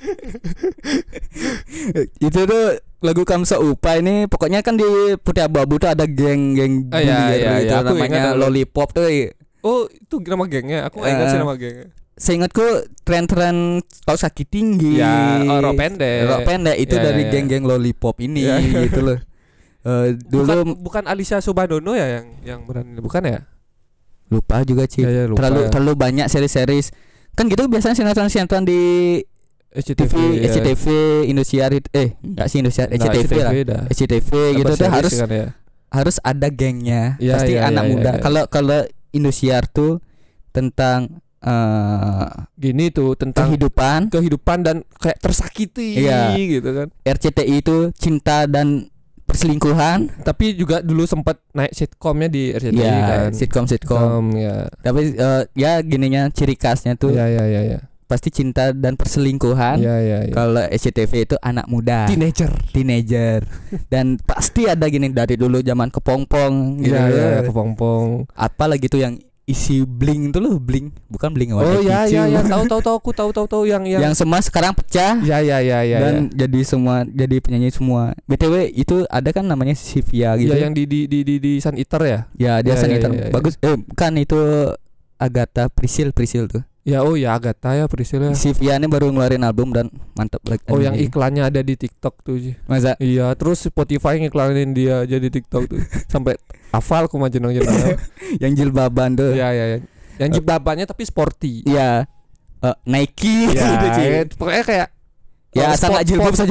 Itu tuh lagu Kamsa Upa ini. Pokoknya kan di putih abu-abu tuh ada geng-geng oh, iya, iya, itu iya. namanya Lollipop tuh. Oh itu nama gengnya. Aku nggak ingat uh, sih nama gengnya. Seingatku tren-tren kaos kaki tinggi ya, oh, rok pendek rok pendek itu ya, dari ya, geng-geng Lollipop ini ya. Gitu loh. Uh, dulu bukan, bukan Alicia Subadono ya yang yang berani, bukan ya? Lupa juga Ci. Ya, ya, lupa, terlalu ya. terlalu banyak seri-seri. Kan gitu biasanya sinetron-sinetron di S C T V, ya. S C T V, Indosiar eh enggak sih Indosiar, S C T V lah. S C T V gitu tuh harus kan ya? Harus ada gengnya. Ya, pasti ya, anak ya, muda. Kalau ya, ya. kalau Indosiar tuh tentang Uh, gini tuh tentang kehidupan kehidupan dan kayak tersakiti iya. Gitu kan. R C T I itu cinta dan perselingkuhan. Tapi juga dulu sempat naik sitkomnya di R C T I Ya, kan. sitkom-sitkom. Ya. Tapi uh, ya gininya ciri khasnya tuh Ya ya ya ya. pasti cinta dan perselingkuhan. Ya ya ya. Kalau S C T V itu anak muda, Teenager. teenager. Dan pasti ada gini dari dulu zaman kepompong gitu. Iya ya, kepompong. Apalagi tuh yang isi bling itu loh, bling, bukan bling Oh ya Kicu. ya ya, tahu tahu tahu aku tahu tahu tahu yang yang Yang semua sekarang pecah. Ya ya ya ya. Dan ya. jadi semua jadi penyanyi semua. B T W itu ada kan namanya Sivia gitu. Ya yang di di di di, di Sun Eater ya. Ya dia Ya, Sun ya, Eater. ya, ya. Bagus. Eh bukan itu Agatha Priscil Priscil tuh. Ya oh ya Agatha ya Priscilla. Sivia ini baru ngeluarin album dan mantap lagi. Oh yang iklannya ada di TikTok tuh Ji. Masa? Iya, terus Spotify ngiklanin dia jadi TikTok tuh. Sampai hafal ku mah jeneng-jeneng. Yang jilbaban tuh. Iya iya iya. Yang jilbabannya tapi sporty. Iya. Uh, Nike Ya, gitu, Ci. ya, pokoknya kayak Ya oh, asal sport- nggak jilbab sport- saja.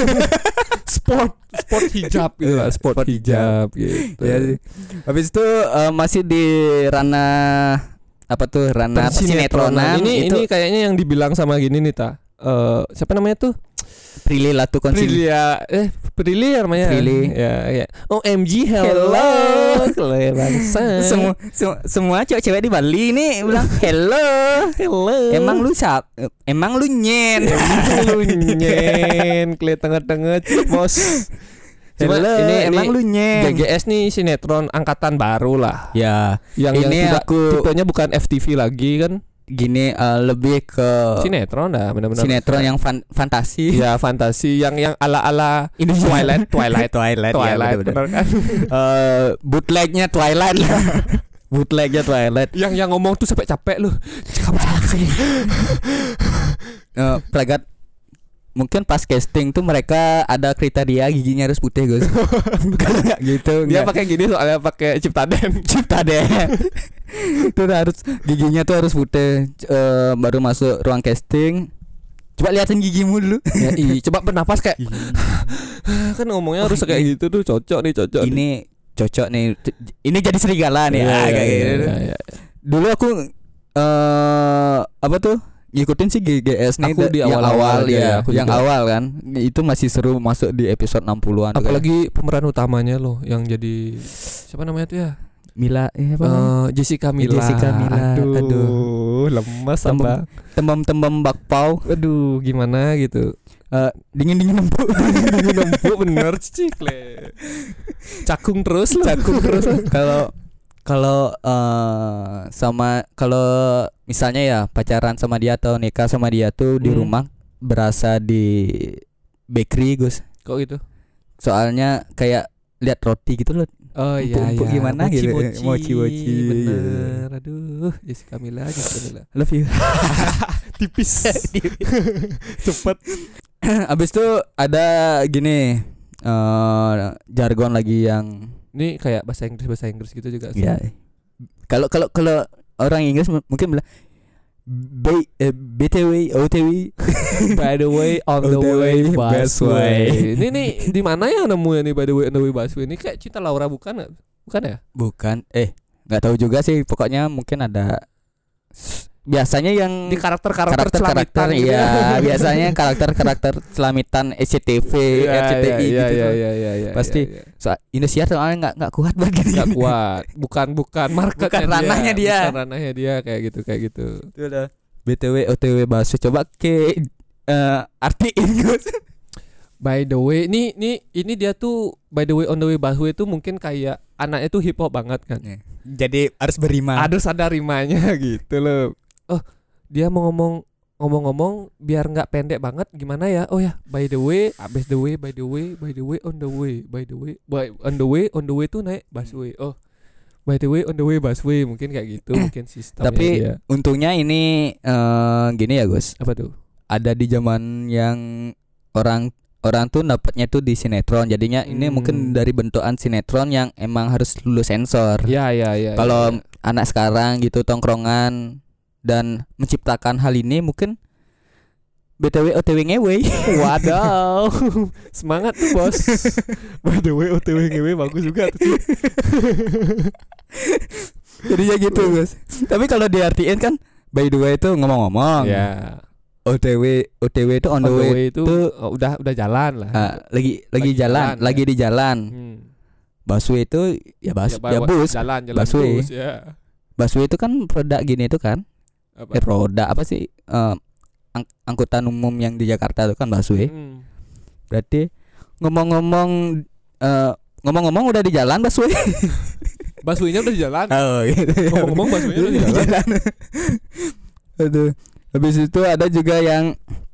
sport sport hijab gitu lah, sport, Sport hijab gitu. Ya sih. Habis itu uh, masih di ranah apa tuh ranah Persinetronan. persinetronan Ini itu ini kayaknya yang dibilang sama gini nih ta. Eh siapa namanya tuh? Prilly Latuconsina. Prilly ya. Eh Prilly ya namanya. Prilly. Ya ya. O M G hello. Hello bangsa. Semua semua, semua cewek-cewek di Bali ini bilang hello. Hello. Emang lu siap? Emang lu nyen? lu nyen kle tengah-tengah bos. Cuma Hello, ini emang ini lu nyen? G G S nih sinetron angkatan baru lah. Ya, Yang ini yang tidak aku- tipenya bukan F T V lagi kan. gini uh, lebih ke Sinetron dah benar-benar. sinetron yang fan- fantasi. Ya fantasi yang yang ala-ala Ini Twilight Twilight Twilight, Twilight ya, bener-bener. bener kan. Eh, bootlegnya Twilight lah. Bootlegnya Twilight. yang yang ngomong tuh sampai capek lu. Kamu jangan sini. Eh, Plagat mungkin pas casting tuh mereka ada kriteria giginya harus putih guys. Kalau nggak gitu Dia nggak. pakai gini soalnya pakai Ciptaden. Cipta deh. Itu harus giginya tuh harus putih. Eh, baru masuk ruang casting. Coba liatin gigimu dulu. Ya, i, coba bernapas kayak kan ngomongnya harus Oh, kayak ini- gitu tuh cocok nih cocok. nih. Ini cocok nih. Ini jadi serigala nih. Iya, Ah, iya, kayak iya, gitu. iya, iya. Dulu aku eh apa tuh ngikutin sih G G S nih Aku di yang awal-awal awal aja ya, ya, aku yang juga. awal kan itu masih seru masuk di episode enam puluhan tuh kan. Apalagi pemeran utamanya loh yang jadi siapa namanya tuh ya? Mila eh, apa Eh, Jessica Mila. Jessica Mila. Aduh, Aduh. lemas Tembem- sama. tembem-tembem bakpao Aduh, gimana gitu. eh, dingin-dingin empuk. Nempuk bener cicik le. Cakung terus loh. Cakung terus. Kalau kalau eh, sama kalau misalnya ya pacaran sama dia atau nikah sama dia tuh di Hmm. rumah berasa di bakery Gus. Kok gitu? Soalnya kayak lihat roti gitu loh. Oh iya Empuk-empuk iya. gimana mochi, gitu. Mochi, Mochi-mochi. Bener. Aduh, Jessica Mila, Jessica Mila. Love you. Tipis. Cepet. Abis itu ada gini eh jargon lagi yang Ini kayak bahasa Inggris bahasa Inggris gitu juga sih. ya kalau kalau kalau orang Inggris m- mungkin bilang B, eh, B T W O T W. By the way, on the way, busway. Ini nih di mana ya nemu ya nih by the way on the way busway? Ini kayak Cinta Laura bukan? nggak? Bukan ya? Bukan eh nggak tahu juga sih pokoknya mungkin ada s- biasanya yang Di karakter-karakter karakter-karakter celamitan gitu ya biasanya karakter-karakter celamitan S C T V Iya, R C T I iya, gitu iya, tuh. iya, iya, iya, iya, Pasti. iya, iya. So, Indosiar soalnya nggak nggak kuat buat gini. Nggak kuat. Bukan bukan marketnya Bukan ranahnya dia. Bukan ranahnya dia kayak gitu kayak gitu. Itu udah B T W O T W bahasa coba ke eh artiin Gus. By the way, ini ini ini dia tuh by the way on the way busway itu mungkin kayak anaknya tuh hip hop banget kan. Jadi harus berima. Harus ada rimanya gitu loh. Oh, dia mau ngomong ngomong-ngomong biar nggak pendek banget gimana ya? Oh ya, by the way, abis the way, by the way, by the way, on the way, by the way, by on the way, on the way tuh naik busway. Oh, by the way, on the way busway mungkin kayak gitu, mungkin sistemnya Tapi dia. untungnya ini eh gini ya Gus. Apa tuh? Ada di zaman yang orang orang tuh dapatnya tuh di sinetron. Jadinya ini Hmm. mungkin dari bentukan sinetron yang emang harus lulus sensor. Ya ya ya. Kalau ya, ya. anak sekarang gitu tongkrongan dan menciptakan hal ini mungkin B T W O T W ngewe. Wadaw, semangat tuh bos. By the way, O T W G W bagus juga tuh. Jadinya gitu Gus. Tapi kalau diartiin kan by the way itu ngomong-ngomong. Ya. O T W O T W itu on, on the the way, way itu tuh, oh, udah udah jalan lah. uh, lagi lagi Lagi jalan, jalan, lagi ya. di jalan. Hmm. Busway itu ya bus Ya, ya, bawa- bus. jalan jalan busway. bus ya. Busway itu kan produk gini itu kan. Apa? Eh, roda apa sih? Eh, ang- angkutan umum yang di Jakarta itu kan busway. Hmm. Berarti ngomong-ngomong eh, ngomong-ngomong udah di jalan busway. Busway-nya udah di jalan. Oh, gitu. Ngomong-ngomong busway-nya udah di jalan. Aduh. Habis itu ada juga yang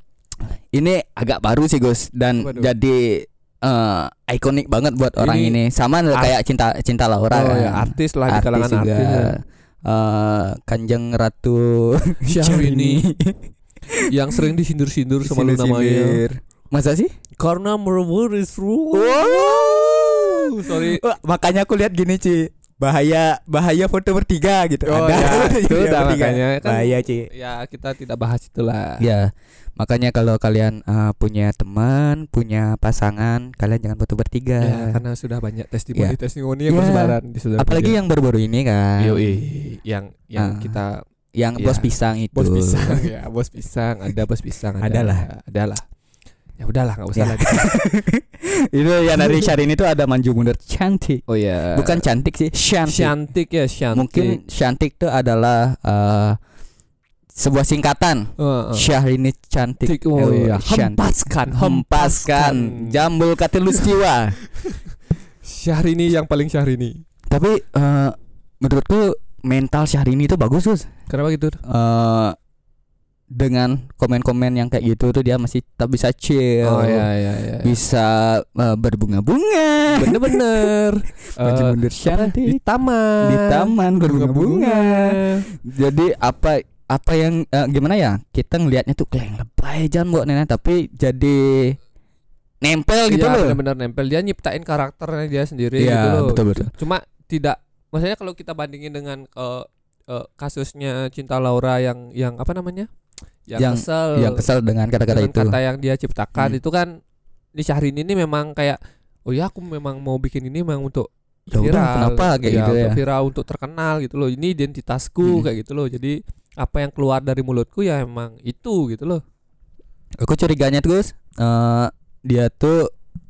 ini agak baru sih Gus dan Waduh. jadi eh, ikonik banget buat orang Ini ini. Sama art- kayak cinta cinta Laura Oh kan. ya, artis lah di Artis kalangan juga. artis. Ya. Eh, Kanjeng Ratu Syahrini yang sering disindir-sindir sama lu namanya. Sindir-sindir. Masa sih? Karena merubah is true. Wow. Sorry. Wah, makanya aku lihat gini Ci, bahaya bahaya foto bertiga gitu. Oh Ada ya, itu Iya, udah bertiga. makanya kan. Bahaya Ci. Ya kita tidak bahas itulah. Ya, makanya kalau kalian eh, punya teman, punya pasangan, kalian jangan foto bertiga. Ya, karena sudah banyak testimoni Ya. testimoni yang Ya. bersebaran di saudara. Apalagi yang baru-baru ini kan, Yoi, yang yang Ah. kita yang Ya. bos pisang itu. bos pisang ya, bos pisang, ada bos pisang, ada Adalah. adalah. Ya udahlah, enggak usah Ya. lagi. Itu yang dari Syahrini itu ada maju mundur cantik. Oh ya. Bukan cantik sih, cantik. Cantik ya, cantik. Mungkin cantik itu adalah eh, sebuah singkatan. Uh, uh. Syahrini cantik. Cantik, oh iya. cantik. Hempaskan, Hempaskan. Jambul katilustiwa. Syahrini yang paling Syahrini. Tapi eh, menurutku mental Syahrini itu bagus Gus. Kenapa gitu? Eh, dengan komen-komen yang kayak gitu tuh dia masih tetap bisa chill. Oh ya ya ya. Bisa eh, berbunga-bunga. Bener-bener. Maju Eh, mundur apa? Di cantik. taman. Di taman berbunga-bunga. Jadi apa apa yang eh, gimana ya? Kita ngelihatnya tuh kayak lebay jangan buat nenek tapi jadi nempel gitu Iya, loh. benar-benar nempel. Dia nyiptain karakternya dia sendiri Iya, gitu loh. betul betul. Cuma tidak, maksudnya kalau kita bandingin dengan eh, eh, kasusnya Cinta Laura yang yang apa namanya? Yang, Yang- kesel. Yang kesal dengan kata-kata dengan itu. kata yang dia ciptakan Hmm. itu kan di Syahrini ini memang kayak oh ya aku memang mau bikin ini memang untuk Ya udah, viral. kenapa kayak Ya, gitu untuk ya? viral, untuk terkenal gitu loh. Ini identitasku Hmm. kayak gitu loh. Jadi apa yang keluar dari mulutku ya emang itu gitu loh. Aku curiganya tuh Gus, eh, dia tuh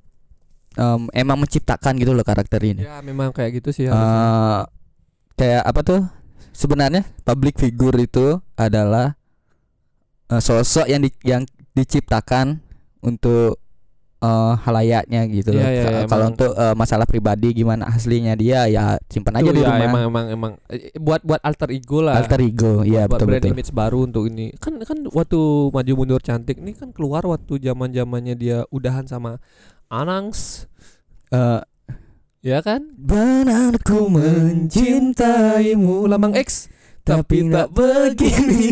em, emang menciptakan gitu loh karakter ini. Ya memang kayak gitu sih harusnya. Eh, kayak apa tuh? Sebenarnya public figure itu adalah eh, sosok yang di, yang diciptakan untuk eh, halayaknya gitu loh. Iya, iya, Ka- iya, Kalau emang. untuk eh, masalah pribadi gimana aslinya dia ya simpan aja Itu di ya rumah. emang emang emang eh, buat buat alter ego lah. Alter ego, iya buat betul brand betul. image baru untuk ini. Kan kan waktu maju mundur cantik ini kan keluar waktu zaman-zamannya dia udahan sama Anangs. Eh, Ya kan? Benar ku mencintaimu Lambang X tapi tak begini.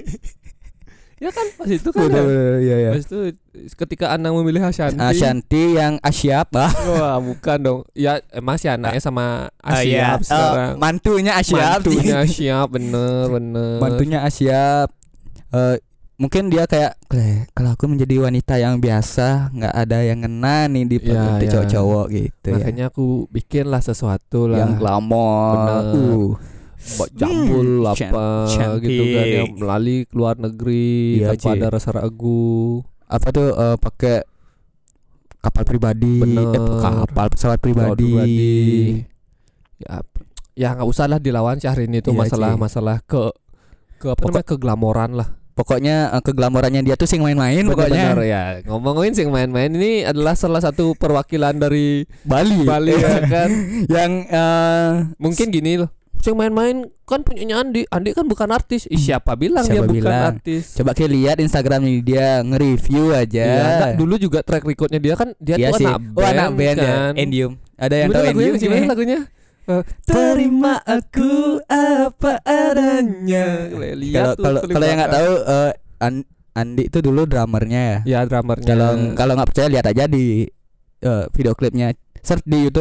Ya kan pas itu kan. Betul, Ya. betul, iya, iya. Pas itu ketika Anang memilih Ashanti. Ashanti yang Asyap ah. Wah, bukan dong. Ya emang sih anaknya sama Ah, iya. Asyap sekarang. Eh, mantunya Asyap. Mantunya Asyap, bener bener. Mantunya Asyap. Eh, mungkin dia kayak "Kleh, kalau aku menjadi wanita yang biasa nggak ada yang ngena nih di Ya, di ya. cowok-cowok gitu ya. Makanya aku bikinlah sesuatu lah. Yang glamor. Bener. Uh. Mbak jambul Hmm, apa cantik. gitu kan yang melalui keluar negeri Iya, tanpa Ci. ada rasa ragu. Apa tuh eh, pakai kapal pribadi, Bener. eh, kapal pesawat pribadi. pribadi. Ya, ya nggak usah lah dilawan Syahrini itu Iya, masalah Ci. masalah ke ke apa Pokok- namanya keglamoran lah. Pokoknya eh, keglamorannya dia tuh sing main-main pokoknya. Benar ya. Ngomongin sing main-main ini adalah salah satu perwakilan dari Bali. Bali ya kan. Yang eh, Mungkin gini loh. Sing main-main kan punyanya Andi. Andi kan bukan artis. Ih, siapa bilang dia Siapa bukan bilang? artis? coba kita lihat Instagramnya dia nge-review aja. Iya, enggak, dulu juga track recordnya dia kan dia Iya tuh sih. anak Oh, band, anak band ya. kan. Endium. Ada yang Gimana tahu lagunya? Endium sih? Gimana lagunya? Eh, Terima aku apa adanya. Lihat Kalau tuh kalau klip kalau yang nggak belakang. tahu eh, An- Andi itu dulu drummernya ya. Ya drummernya. Kalau kalau nggak percaya lihat aja di eh, video klipnya. Search di YouTube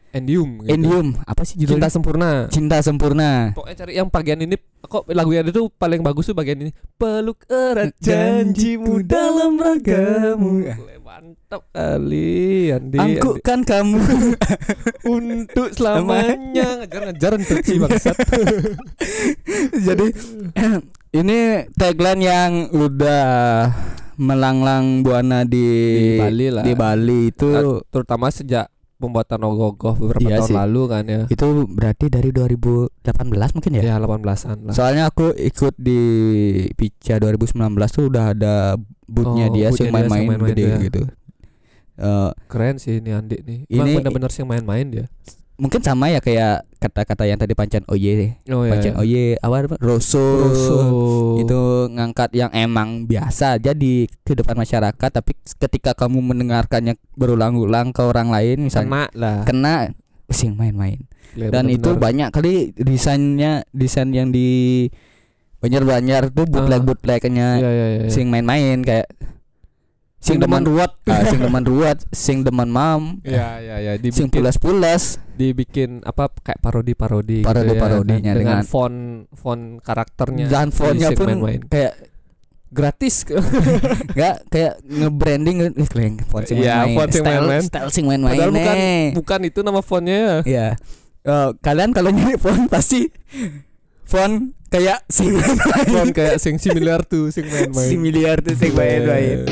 Endium gitu. Endium apa sih judulnya? Cinta Sempurna. Cinta Sempurna. Pokoknya cari yang bagian ini kok lagu yang itu paling bagus tuh bagian ini. Peluk erat janjimu dalam ragamu. Mantap kali Andi. Angkukan kamu untuk selamanya. Ngejar-ngejar Tuci bangsat. Jadi ini tagline yang udah melanglang buana di, di Bali lah. Di Bali itu terutama sejak pembuatan Ogoh beberapa iya tahun sih. lalu kan ya. Itu berarti dari dua ribu delapan belas mungkin ya? Ya delapan belasan lah. Soalnya aku ikut di Pica dua ribu sembilan belas tuh udah ada bootnya oh, dia sih main-main, main-main gede ya. gitu. Uh, Keren sih ini Andi nih. Ini Emang benar-benar sih main-main dia. Mungkin sama ya kayak kata-kata yang tadi Pancan Oye. Oh, iya, Pancan iya. Oye apa Rosso. Rosso. Itu ngangkat yang emang biasa aja di kehidupan masyarakat, tapi ketika kamu mendengarkannya berulang-ulang ke orang lain misalnya kena lah. Kena sing main-main. Ya, Dan bener-bener. itu banyak kali desainnya desain yang di Banjar-Banjar tuh bootleg-bootlegnya Iya, iya, iya. sing main-main kayak Sing demen ruwet. ah, sing demen ruwet, sing demen mam. Iya, iya, iya. Sing Dibikin pulas-pulas. dibikin apa kayak parodi-parodi Parodi-parodinya gitu ya, dengan dengan font font karakternya Dan fontnya Sing pun main-main. kayak gratis. enggak kayak nge-branding eh keren font sing Iya, main-main. font sing Style- main-main. Style sing main-main. Padahal bukan nih. bukan itu nama fontnya. Iya. Eh, kalian kalau nyari font pasti font kayak sing main-main. Font kayak sing similar tuh sing main-main. Similar tuh sing main-main.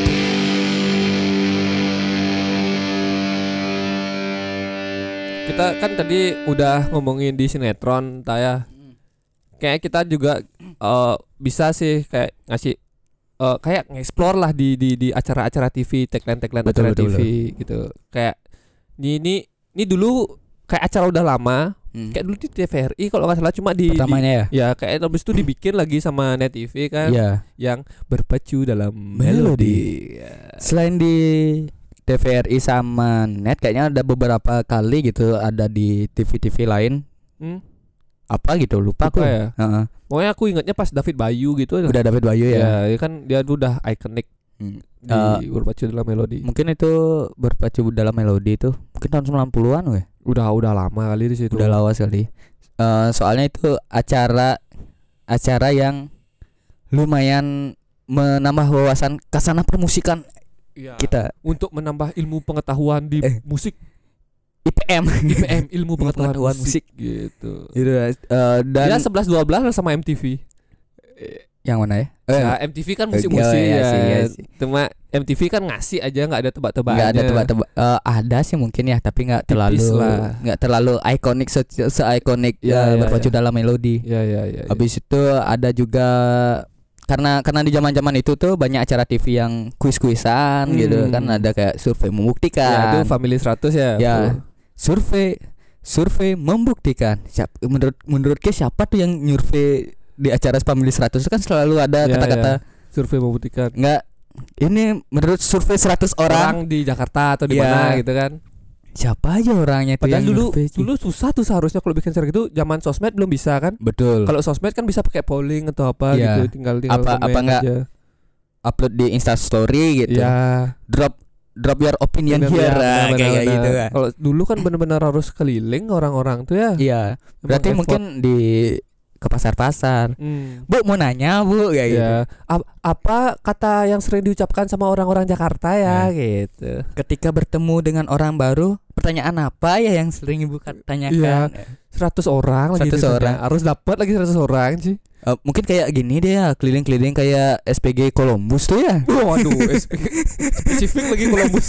Kita kan tadi udah ngomongin di sinetron Taya. Kayak kita juga uh, bisa sih kayak ngasih uh, kayak nge-explore lah di di di acara-acara T V, tagline-tagline Betul, acara betul, T V gitu. Kayak ini ini ini dulu kayak acara udah lama, Hmm. kayak dulu di T V R I kalau nggak salah cuma di, di Pertamanya ya. ya kayak habis itu dibikin lagi sama Net T V kan Iya. yang berpacu dalam Melodi. melodi. Ya. Selain di T V R I sama Net kayaknya ada beberapa kali gitu ada di T V-T V lain. Hmm? Apa gitu lupa aku. Apa ya? Heeh. Pokoknya aku ingatnya pas David Bayu gitu. Udah David Bayu ya. Ya, ya kan dia tuh udah ikonik Hmm. di Uh, berpacu dalam melodi. Mungkin itu berpacu dalam melodi itu mungkin tahun sembilan puluhan weh. Udah udah lama kali di situ. Udah lawas kali. Uh, soalnya itu acara acara yang lumayan menambah wawasan kasana permusikan Ya, kita. untuk menambah ilmu pengetahuan di Eh. musik I P M. I P M ilmu pengetahuan Pengetahuan musik, gitu. Gitu. Uh, dan Ya sebelas dua belas sama M T V. yang mana ya? Ya, M T V kan musik-musik Oh, iya ya. sih, iya sih. Cuma M T V kan ngasih aja nggak ada tebak-tebakannya. Nggak ada tebak-tebak. Eh, ada sih mungkin ya, tapi nggak Tipis terlalu lah. nggak terlalu ikonik se, se ikonik Ya, eh, ya, berpacu ya. dalam melodi. Ya ya ya. ya. Habis itu ada juga karena karena di zaman-zaman itu tuh banyak acara T V yang kuis-kuisan Hmm. gitu kan, ada kayak survei Ya, membuktikan. itu Family seratus ya. Ya, Tuh. survei survei membuktikan. Siap, menurut menurut ke siapa tuh yang nyurvei di acara Family seratus itu kan selalu ada Ya, kata-kata ya. Survei membuktikan enggak ini menurut survei seratus orang, orang di Jakarta atau di Ya. mana gitu kan. siapa aja orangnya itu Padahal yang dulu nyurvei sih? dulu susah tuh seharusnya kalau bikin acara gitu. Zaman sosmed belum bisa kan. Betul. Kalau sosmed kan bisa pakai polling atau apa Iya. gitu, tinggal tinggal Apa- komen apa enggak aja. Upload di Insta Story gitu. Ya, Drop drop your opinion bener, here bener, ah, bener, kayak bener. gitu kan. Kalau dulu kan benar-benar harus keliling orang-orang tuh ya. Iya. Emang Berarti effort. mungkin di ke pasar-pasar. Hmm. Bu mau nanya Bu kayak gitu. Ya, ap- apa kata yang sering diucapkan sama orang-orang Jakarta ya, Nah. gitu. Ketika bertemu dengan orang baru, pertanyaan apa ya yang sering Ibu tanyakan? seratus orang lagi seratus ditanya. orang. Harus dapat lagi seratus orang sih. Eh, mungkin kayak gini deh ya, keliling-keliling kayak S P G Columbus tuh ya. Waduh, S P G spesifik lagi Columbus.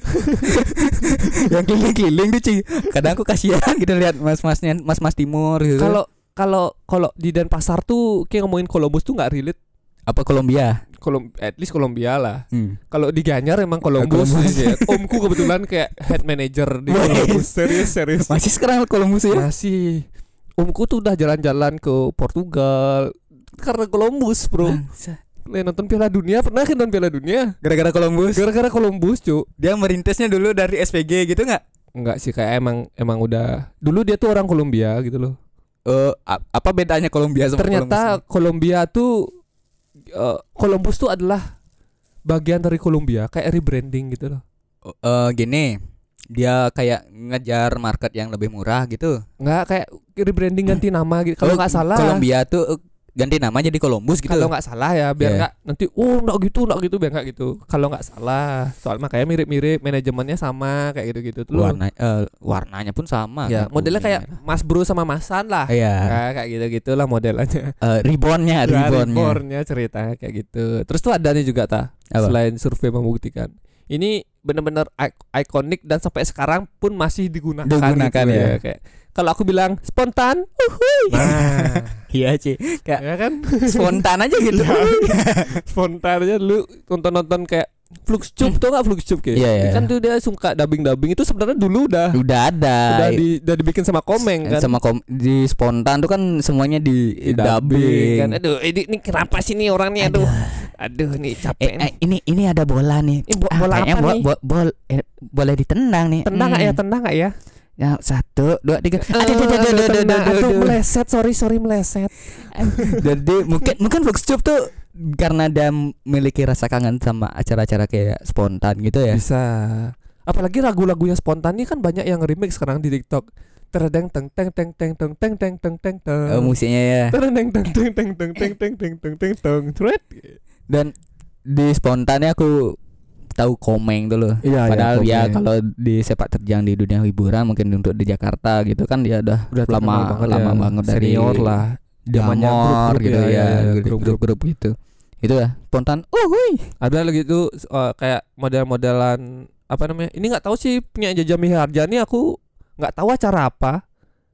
Yang keliling-keliling tuh Ci. Kadang aku kasihan gitu lihat mas-masnya, mas-mas timur gitu. Kalau kalau kalau di Denpasar tuh kayak ngomongin Columbus tuh nggak relate. apa Kolombia? Kolom, at least Kolombia lah. Hmm. Kalau di Gianyar emang Columbus. Columbus. Ya. Omku kebetulan kayak head manager di Columbus. Serius serius. Masih sekarang Columbus ya? Masih. Omku tuh udah jalan-jalan ke Portugal karena Columbus, bro. Bangsa. Le, nonton Piala Dunia, pernah kan nonton Piala Dunia? Gara-gara Columbus. Gara-gara Columbus, Cuk. Dia merintisnya dulu dari S P G gitu nggak? Enggak sih, kayak emang emang udah. Dulu dia tuh orang Kolombia gitu loh. Eh, a- apa bedanya Kolombia sama Ternyata Columbus? Kolombia tuh uh, Columbus tuh adalah bagian dari Kolombia, kayak rebranding gitu loh. Oh, eh, gini, dia kayak ngejar market yang lebih murah gitu. Nggak, kayak rebranding ganti nama gitu. Kalau nggak salah. Kolombia tuh ganti nama jadi Columbus gitu. Kalau nggak salah ya, biar Yeah. nggak nanti oh nggak gitu, nggak gitu, biar nggak gitu. Kalau nggak salah, soal makanya mirip-mirip, manajemennya sama kayak gitu-gitu tuh. Warna eh, warnanya pun sama. Ya, kan, modelnya kuning, kayak Mas Bro sama Masan lah. Iya. Nah, kayak gitu-gitulah modelannya. Eh, ribbonnya, Ya, ribbonnya. rebornnya ceritanya kayak gitu. Terus tuh ada nih juga ta, Apa? selain survei membuktikan. Ini benar-benar ik- ikonik dan sampai sekarang pun masih digunakan. Digunakan, gitu ya. Kayak kalau aku bilang spontan, uhuy. Nah, Iya sih. Kayak ya kan? spontan aja gitu. Spontan aja dulu nonton-nonton kayak Fluxcup tuh nggak Fluxcup kayak? Iya, iya. Kan tuh dia suka dubbing-dubbing itu sebenarnya dulu udah Udah ada. udah, di, udah dibikin sama Komeng kan. Sama kom- di spontan tuh kan semuanya di, Di dubbing. kan. Aduh, ini, ini kenapa sih nih orangnya aduh. Aduh, nih capek Eh, nih. eh, ini ini ada bola nih. Ini bo- Ah, bola kayaknya apa bo- nih? bo- bol- eh, boleh ditendang nih. Tendang nggak Hmm. ya? Tendang nggak ya? Ya, satu, dua, tiga. Aduh, Aduh, aduh, aduh, aduh, aduh, tendang. aduh, Aduh, aduh. meleset, sorry, sorry meleset. Jadi mungkin mungkin Fluxcup tuh karena dia memiliki rasa kangen sama acara-acara kayak spontan gitu ya. Bisa. Apalagi lagu-lagunya spontan nih kan banyak yang remix sekarang di TikTok. Terdeng teng teng teng teng teng teng teng teng teng teng. Eh, musiknya ya. Terdeng teng teng teng teng teng teng teng teng teng teng. Thread. Dan di spontannya aku tahu Komeng dulu. Iya, Padahal iya, ya Komeng. kalau di sepak terjang di dunia hiburan mungkin untuk di Jakarta gitu kan dia udah, Udah lama terkenal banget lama ya. banget dari Senior lah. Zamannya Damor grup-grup gitu ya, ya, ya, ya, grup- grup-grup. grup-grup gitu. Itu ya spontan. Oh, hui. Ada lagi tuh uh, kayak model-modelan apa namanya? Ini nggak tahu sih punya Jaja Miharjani, aku nggak tahu acara apa.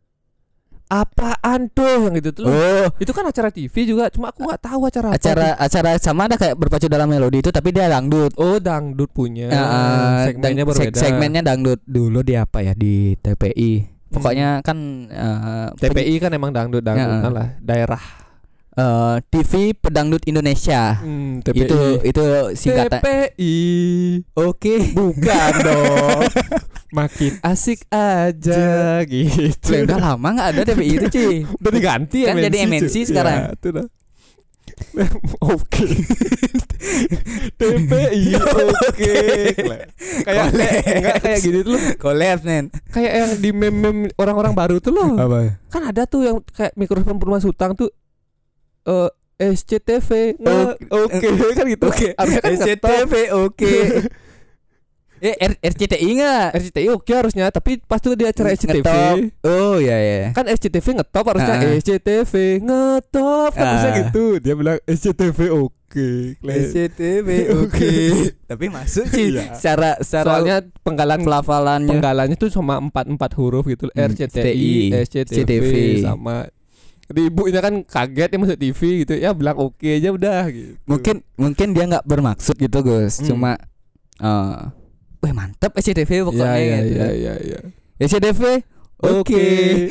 Apaan tuh yang gitu tuh? Oh, Itu kan acara T V juga, cuma aku nggak tahu acara apa. acara acara sama ada kayak berpacu dalam melodi itu tapi dia dangdut. Oh, dangdut punya. Uh, Segmennya dan berbeda. seg- segmennya dangdut dulu di apa ya di T P I. Pokoknya kan uh, T P I kan emang dangdut dangdut Ya. lah, daerah. uh, T V Pedangdut Indonesia. Hmm, T P I. Itu itu singkatan. T P I. Oke. Bukan dong. Makin asik aja gitu. Lah, udah lama nggak ada T V I itu cuy. Udah diganti Kan jadi M N C cuy. sekarang. Ya, itu dah. Oke. T P I oke. Kayak enggak kayak gini tuh loh. Collab men. Kayak yang di meme-meme orang-orang baru tuh loh. Apa? Kan ada tuh yang kayak mikrofon Purma Sutang tuh eh S C T V nge- oke kan gitu. Oke. Harusnya kan S C T V oke. Eh R- RCTI enggak? R C T I oke harusnya, tapi pas tuh di acara S C T V Ngetop. Oh iya iya. kan S C T V ngetop harusnya Ah. S C T V ngetop kan bisa Ah. gitu. Dia bilang S C T V oke. S C T V oke. Tapi masuk sih. Iya. Secara secara Soalnya penggalan pelafalannya. penggalannya tuh cuma empat empat huruf gitu. Hmm, R C T I, S C T V sama di ibunya kan kaget ya masuk T V gitu. Ya bilang oke aja udah gitu. Mungkin mungkin dia nggak bermaksud gitu Gus. Hmm. Cuma eh wah mantap S C T V pokoknya ya, gitu. ya, ya, ya. S C T V oke.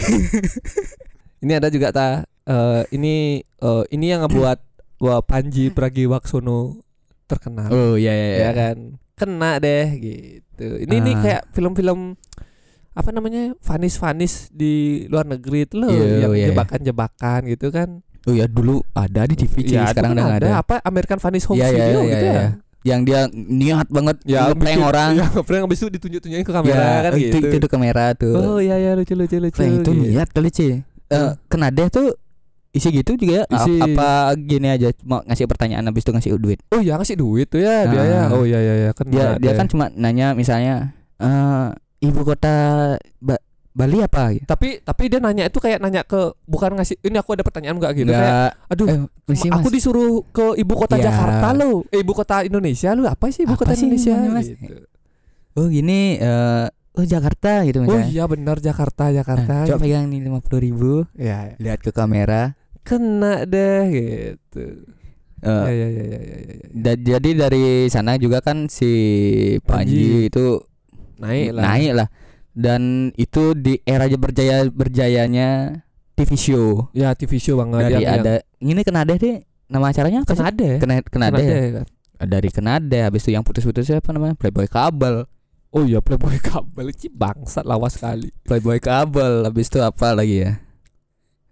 Ini ada juga ta eh, ini eh, ini yang ngebuat wah Panji Pragiwaksono terkenal. Oh iya iya iya. Ya kan. Kena deh gitu. Ini ini Ah. kayak film-film apa namanya? Vanis-vanis di luar negeri itu loh, Iya, yang iya. jebakan-jebakan gitu kan. Oh ya dulu ada di T V cuy, Ya, sekarang dulu udah kan nggak ada. Apa American Vanis Home Iya, iya, Video iya, gitu iya. ya. Yang dia niat banget Ya, ngeprank bikin- orang. Ya, ngeprank habis itu ditunjuk-tunjukin ke kamera Ya, kan itu, gitu. itu tuh kamera tuh. Oh iya iya lucu lucu lucu. Nah, itu gitu. niat kali cuy. Eh, Hmm. kena deh tuh isi gitu juga A- Isi. apa gini aja mau ngasih pertanyaan habis itu ngasih duit. Oh ya ngasih duit tuh ya dia ya. Ah. Oh iya iya iya kena Dia dia deh. kan cuma nanya misalnya eh ibu kota Ba- Bali apa gitu. Tapi tapi dia nanya itu kayak nanya ke bukan ngasih ini aku ada pertanyaan enggak gitu kayak Enggak. aduh Eh, misi, aku Mas. disuruh ke ibu kota Ya. Jakarta lo, eh, ibu kota Indonesia lo apa sih ibu Apa kota sih Indonesia? namanya, Mas? Gitu. Oh gini eh oh Jakarta gitu Oh misalnya. iya benar Jakarta Jakarta. Nah, coba pegang nih lima puluh ribu, Ya, ya. lihat ke kamera. Kena deh gitu. Eh, Ya, ya, ya, ya, ya, ya, ya. da- jadi dari sana juga kan si Panji, Panji. itu Naik lah. naik lah. Dan itu di era berjaya berjayanya T V show. Ya T V show banget Dari yang, ada ini Kenade deh. Nama acaranya apa sih? Kenade. Kena, Kenade. Kenade ya? kan. Dari Kenade habis itu yang putus-putus apa namanya? Playboy Kabel. Oh iya Playboy kabel sih bangsat lawas sekali. Playboy Kabel habis itu apa lagi ya?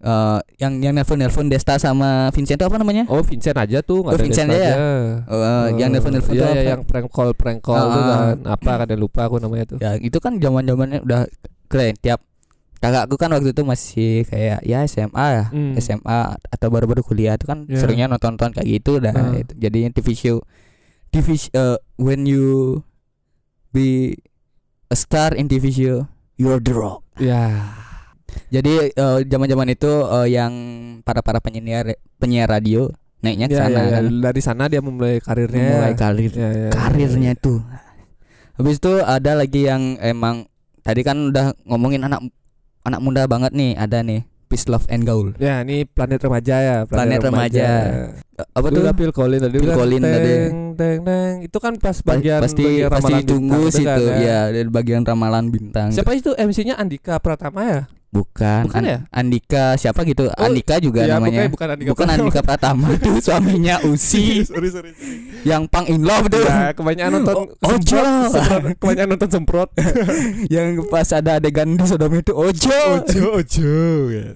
uh, yang yang nelfon-nelfon Desta sama Vincent itu apa namanya? Oh, Vincent aja tuh, Oh, enggak ada Vincent Desta aja ya? aja. Uh, uh, yang nelfon-nelfon iya, itu iya, apa? yang prank call prank call Uh, tuh uh. kan. Apa kan lupa aku namanya tuh. Ya, itu kan zaman-zamannya udah keren. Tiap kakakku kan waktu itu masih kayak ya S M A ya, Hmm. S M A atau baru-baru kuliah itu kan Yeah. seringnya nonton-nonton kayak gitu dah. Uh. Itu. Jadinya T V show. T V sh- uh, when you be a star in T V show, you're the rock. Ya. Jadi uh, zaman-zaman itu uh, yang para-para penyiar penyiar radio naiknya ke Ya, sana ya, ya. kan. Dari sana dia memulai karirnya. Mulai karir Ya, ya, karirnya ya. tuh. Habis itu ada lagi yang emang tadi kan udah ngomongin anak anak muda banget nih, ada nih Peace Love and Gaul. Ya, ini planet remaja ya, Planet Remaja. Apa tuh? Udah Phil Collins tadi Phil kan, Collins teng, tadi. Teng teng. Itu kan pas bagian pasti bagian pasti ramalan ditunggu bintang situ kan, ya, dari bagian ramalan bintang. Siapa itu M C-nya Andika Pratama ya? Bukan, Bukan An- ya? Andika siapa gitu? Oh, Andika juga iya, namanya. pokoknya bukan Andika Bukan Pratama. Andika Pratama tuh suaminya Usi sorry, sorry. yang pang in love tuh. Ya, kebanyakan nonton Oh, ojo. semprot, semprot. Kebanyakan nonton semprot. Yang pas ada adegan di Sodom itu ojo. Ojo, ojo. Ya.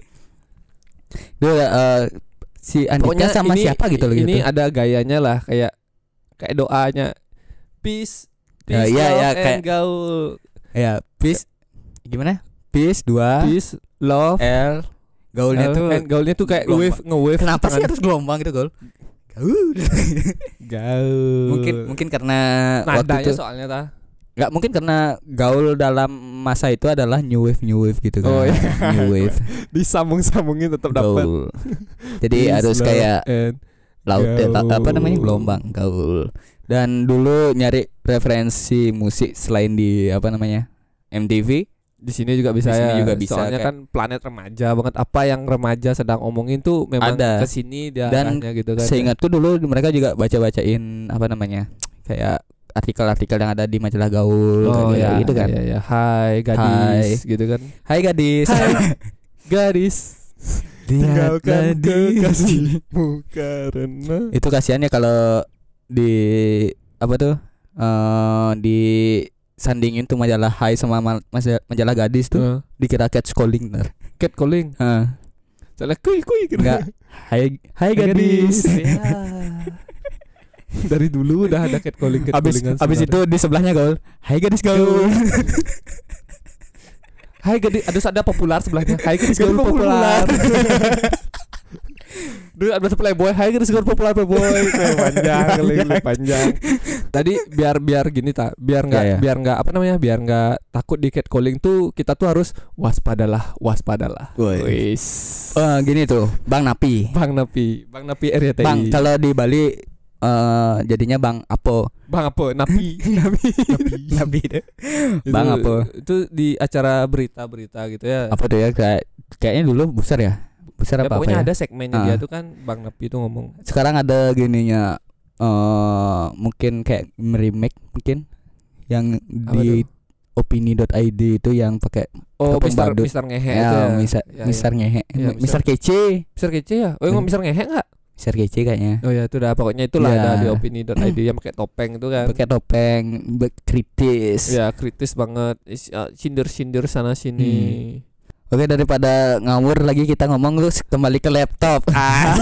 Dia uh, si Andika Pokoknya sama ini, siapa gitu loh Ini gitu. ada gayanya lah, kayak kayak doanya. Peace, Ya, peace, iya, love, iya, and kayak- gaul. Ya, peace. Gimana? Peace dua Peace, love, L gaulnya L, tuh and gaulnya tuh kayak gelombang. wave, nge-wave. kenapa sih tangan. harus gelombang gitu gaul? Gaul. Gaul? mungkin mungkin karena waktu nadanya itu soalnya tah. nggak mungkin karena gaul dalam masa itu adalah new wave new wave gitu kan. Oh, iya. New wave Disambung-sambungin tetap dapat. gaul. Jadi harus kayak laut eh, ta- apa namanya gelombang gaul. Dan dulu nyari referensi musik selain di apa namanya M T V. Di sini juga bisa Di sini ya. juga bisa, Soalnya kayak- kan planet remaja banget. Apa yang remaja sedang omongin tuh memang Ada. kesini dia Dan arahnya gitu kan. Seingatku dulu mereka juga baca-bacain apa namanya kayak artikel-artikel yang ada di majalah gaul Oh kayak ya, gitu kan. ya, ya. Hai gadis gitu kan. Hai gadis. Hai gadis. Tinggalkan kekasihmu karena Itu kasihan ya kalau di apa tuh eh di sandingin tuh majalah Hai sama ma- majalah, majalah gadis tuh uh, dikira catcalling ntar. cat calling. Heeh. Soalnya kuy kuy gitu. Enggak. Hai hai Hai, gadis. Ya. Dari dulu udah ada cat calling cat Abis callingan abis itu di sebelahnya gaul. Hai gadis gaul. Hai gadis, ada ada populer sebelahnya. Hai gadis gaul Gadis populer. populer. Dulu ada playboy. Hai gadis gaul populer playboy. Kayak panjang, kali panjang. Tadi biar biar gini tak, biar nggak Ya, ya. biar nggak apa namanya, biar nggak takut di catcalling tuh kita tuh harus waspadalah, waspadalah. Woi. Wis. Eh gini tuh, Bang Napi. Bang Napi, Bang Napi R Y T I. Bang, kalau di Bali eh jadinya Bang Apo. Bang apa? Napi. Napi. Napi deh. Bang Itu- apa? Itu di acara berita-berita gitu ya. Apa tuh ya kayak kayaknya dulu besar ya. Besar Ya, apa apa pokoknya ya? ada segmennya Ah. dia tuh kan Bang Napi tuh ngomong. Sekarang ada gininya eh mungkin kayak remake mungkin yang Apa di opini dot i d itu yang pakai Oh, Tepung Mister badut. Mister Ngehe itu ya, ya. misar Ya, misar ya. ngehe, Iya, misar kece, Mister Kece ya? Oh, enggak Hmm. Mister Ngehe enggak? misar kece kayaknya. Oh ya, itu dah pokoknya itulah Ya. ada di opini dot i d yang pakai topeng itu kan. Pakai topeng, be- kritis. Ya, kritis banget. Is- uh, Sindir-sindir sana sini. Oke, daripada ngawur lagi kita ngomong lu kembali ke laptop. Ah.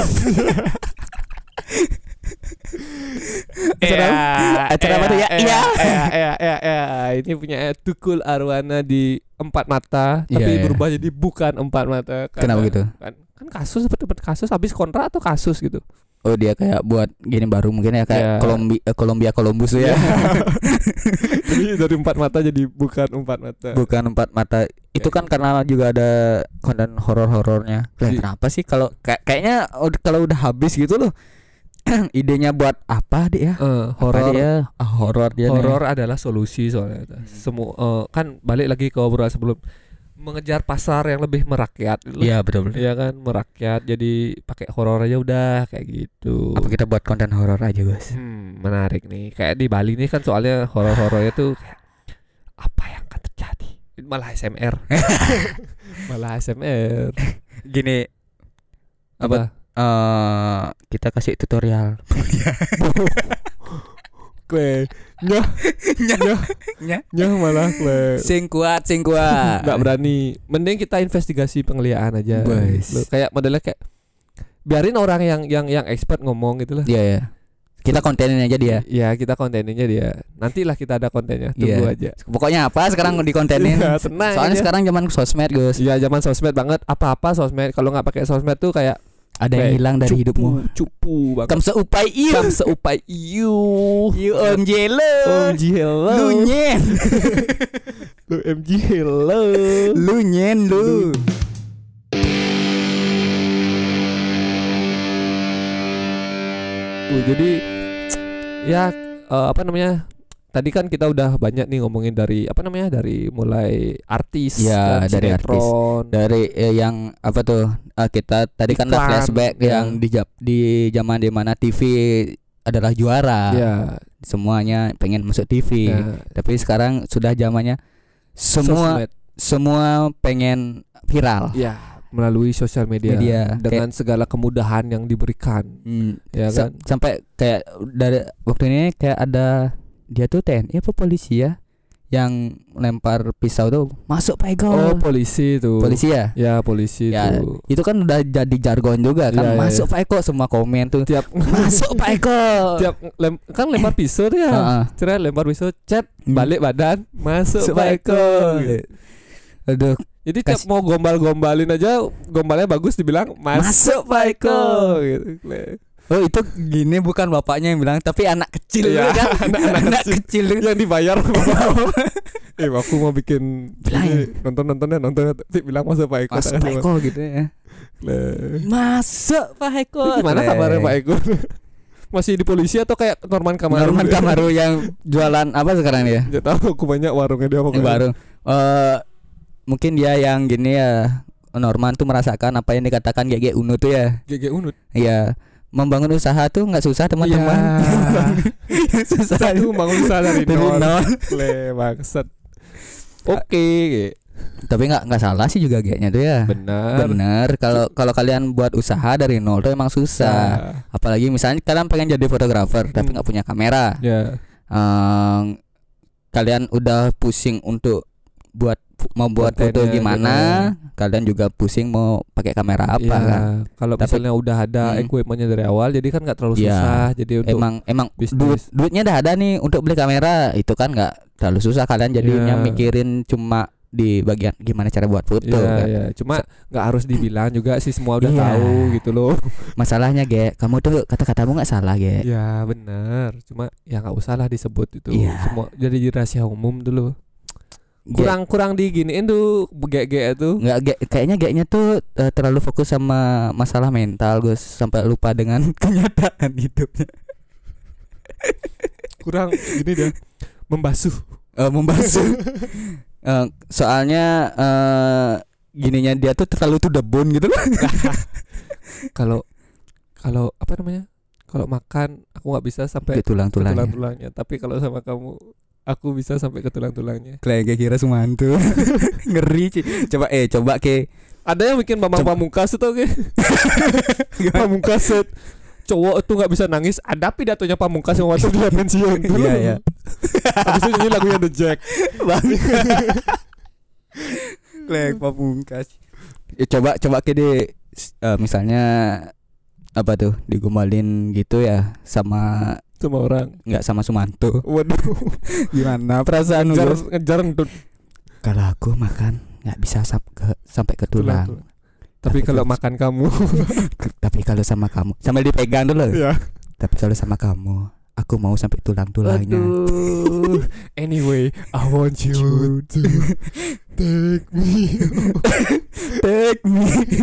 Acara acara apa tuh ya? Iya, Iya. iya, iya, iya, iya. Ini punya Tukul Arwana di Empat Mata, tapi Iya, iya. berubah jadi bukan Empat Mata. Kenapa gitu? Kan, kan kasus seperti kasus habis kontra atau kasus gitu. Oh, dia kayak buat gini baru mungkin ya kayak Ya. Colombia eh, Colombia Columbus tuh ya. Jadi dari Empat Mata jadi bukan Empat Mata. Bukan empat mata. Itu kan karena juga ada konten horor-horornya. Lah, Di- kenapa sih kalau kayak kayaknya ud- kalau udah habis gitu loh. Idenya buat apa deh ya? Eh, Apa horor dia? Ah, horor dia. nih. horor adalah solusi soalnya. Semua eh, kan balik lagi ke obrolan sebelum, mengejar pasar yang lebih merakyat. Iya, betul betul. Iya kan, merakyat, jadi pakai horor aja udah kayak gitu. Apa kita buat konten horor aja, Guys? Hmm, menarik nih. Kayak di Bali nih kan soalnya horor-horornya tuh kayak, apa yang akan terjadi? Malah S M R. Malah S M R. Gini, Apa? eh kita kasih tutorial. Kle. Nyah. Nyah. Nyah. Nyah malah kle. Sing kuat, sing kuat. Enggak berani. Mending kita investigasi penggeliaan aja. Boys. Lu kayak modelnya kayak biarin orang yang yang yang expert ngomong gitu lah. Iya ya. Kita kontenin aja dia. Iya, kita konteninnya dia. Nantilah kita ada kontennya. Tunggu Iya. aja. Pokoknya apa sekarang dikontenin. Iya, tenang Soalnya aja. sekarang zaman sosmed, Gus. Iya, zaman sosmed banget. Apa-apa sosmed. Kalau nggak pakai sosmed tuh kayak Ada yang kayak hilang dari cupu, hidupmu. Cupu banget. Kamu seupai iu. Kamu seupai iu. You Om J hello. O M G hello. Lu nyen. Lu M G hello. Lu nyen lu. Uh, jadi ya eh, apa namanya? Tadi kan kita udah banyak nih ngomongin dari apa namanya? Dari mulai artis Ya, dan dari artis. sinetron. Dari eh, yang apa tuh? eh, kita tadi kan udah Iklan, flashback ya. yang di jap- di zaman dimana T V adalah juara. Ya, Semuanya pengen masuk T V. ya. Tapi sekarang sudah zamannya semua Sosmed. semua pengen viral. Ya, melalui sosial media, Media. dengan segala kemudahan yang diberikan, Hmm, ya sa- kan? sampai kayak dari waktu ini kayak ada dia tuh T N I apa polisi ya yang lempar pisau tuh masuk Pak Ego. Oh, polisi tuh. Polisi ya? Ya, polisi Ya, tuh. itu kan udah jadi jargon juga kan. Ya, ya, masuk Pak Eko, semua komen tuh. Tiap Masuk Pak Eko. tiap lem, kan lempar pisau ya. Heeh. Cerai lempar pisau, cet, Hmm. balik badan, masuk Masuk Pak Pak Eko. Eko. Aduh, Jadi tiap Kas- mau gombal-gombalin aja, gombalnya bagus dibilang masuk, Masuk, Pak Eko. gitu. oh itu gini bukan bapaknya yang bilang tapi anak kecil Iya, kan. anak-anak anak kecil. kecil. Yang dibayar. Eh, aku mau bikin Bilang. nonton-nontonnya nonton nanti bilang masuk Pak Eko. Masuk Pak Eko gitu ya. Le. Masuk Pak Eko. Gimana kabarnya Pak Eko? Masih di polisi atau kayak Norman Kamaru? Norman Kamaru yang jualan apa sekarang dia? Gak tahu, aku banyak warungnya dia Yang pokoknya. baru. Eh mungkin dia yang gini ya. Norman tuh merasakan apa yang dikatakan G G Uno tuh ya. G G Unut. Iya. Membangun usaha tuh nggak susah teman-teman. Iya. susah. Satu bangun usaha dari Dari nol. nol. Le, bangsat. Oke, Tapi nggak nggak salah sih juga G-nya tuh ya. benar. Bener. Kalau kalau kalian buat usaha dari nol tuh emang susah. Nah, Apalagi misalnya kalian pengen jadi fotografer tapi Hmm. nggak punya kamera. ya. Ehm, kalian udah pusing untuk buat membuat foto Kontennya, gimana, kalian juga pusing mau pakai kamera apa Iya, kan. kalau Tapi- misalnya udah ada Hmm. equipmentnya dari awal, jadi kan nggak terlalu Iya. susah. Jadi untuk Emang emang bisnis. duit duitnya udah ada nih untuk beli kamera, itu kan nggak terlalu susah, kalian jadinya Iya. mikirin cuma di bagian gimana cara buat foto Iya, kan. iya. Cuma nggak harus dibilang juga sih, semua udah Iya. tahu gitu loh. Masalahnya Ge, kamu tuh kata-katamu nggak salah Ge. Ya benar. Cuma ya nggak usah lah disebut itu. Iya. Semua jadi rahasia umum dulu. Ge- Kurang kurang diginiin tuh G G itu. nggak Ge, kayaknya Ge-nya tuh eh, terlalu fokus sama masalah mental Gus sampai lupa dengan kenyataan hidupnya. Kurang gini dia membasuh. Eh, membasuh. Eh, soalnya eh, gininya dia tuh terlalu to the bone gitu loh. Kalau kalau apa namanya? Kalau makan aku nggak bisa sampai Ke tulang-tulangnya. tulang-tulangnya. Tapi kalau sama kamu aku bisa sampai ke tulang-tulangnya. Kayak kira Sumanto. Ngeri sih. Coba eh coba ke Ada yang bikin Bambang Coba. Pamungkas itu oke. Pamungkas set. Cowok itu nggak bisa nangis. Ada pidatonya Pamungkas yang waktu dia pensiun. Iya iya. Habis itu nyanyi lagunya The Jack. Klek Pamungkas. Ya, coba coba ke deh eh, misalnya apa tuh digombalin gitu ya sama Sama orang. nggak sama Sumanto. Waduh. Gimana perasaan Ngejar lu? ngejar untuk Kalau aku makan nggak bisa sam- ke, sampai ke tulang. tulang. Tapi Tapi kalau kalau- makan kamu, Tapi kalau sama kamu sambil dipegang dulu. ya. Tapi kalau sama kamu, aku mau sampai tulang-tulangnya. Aduh. Anyway, I want you to take me. Take me.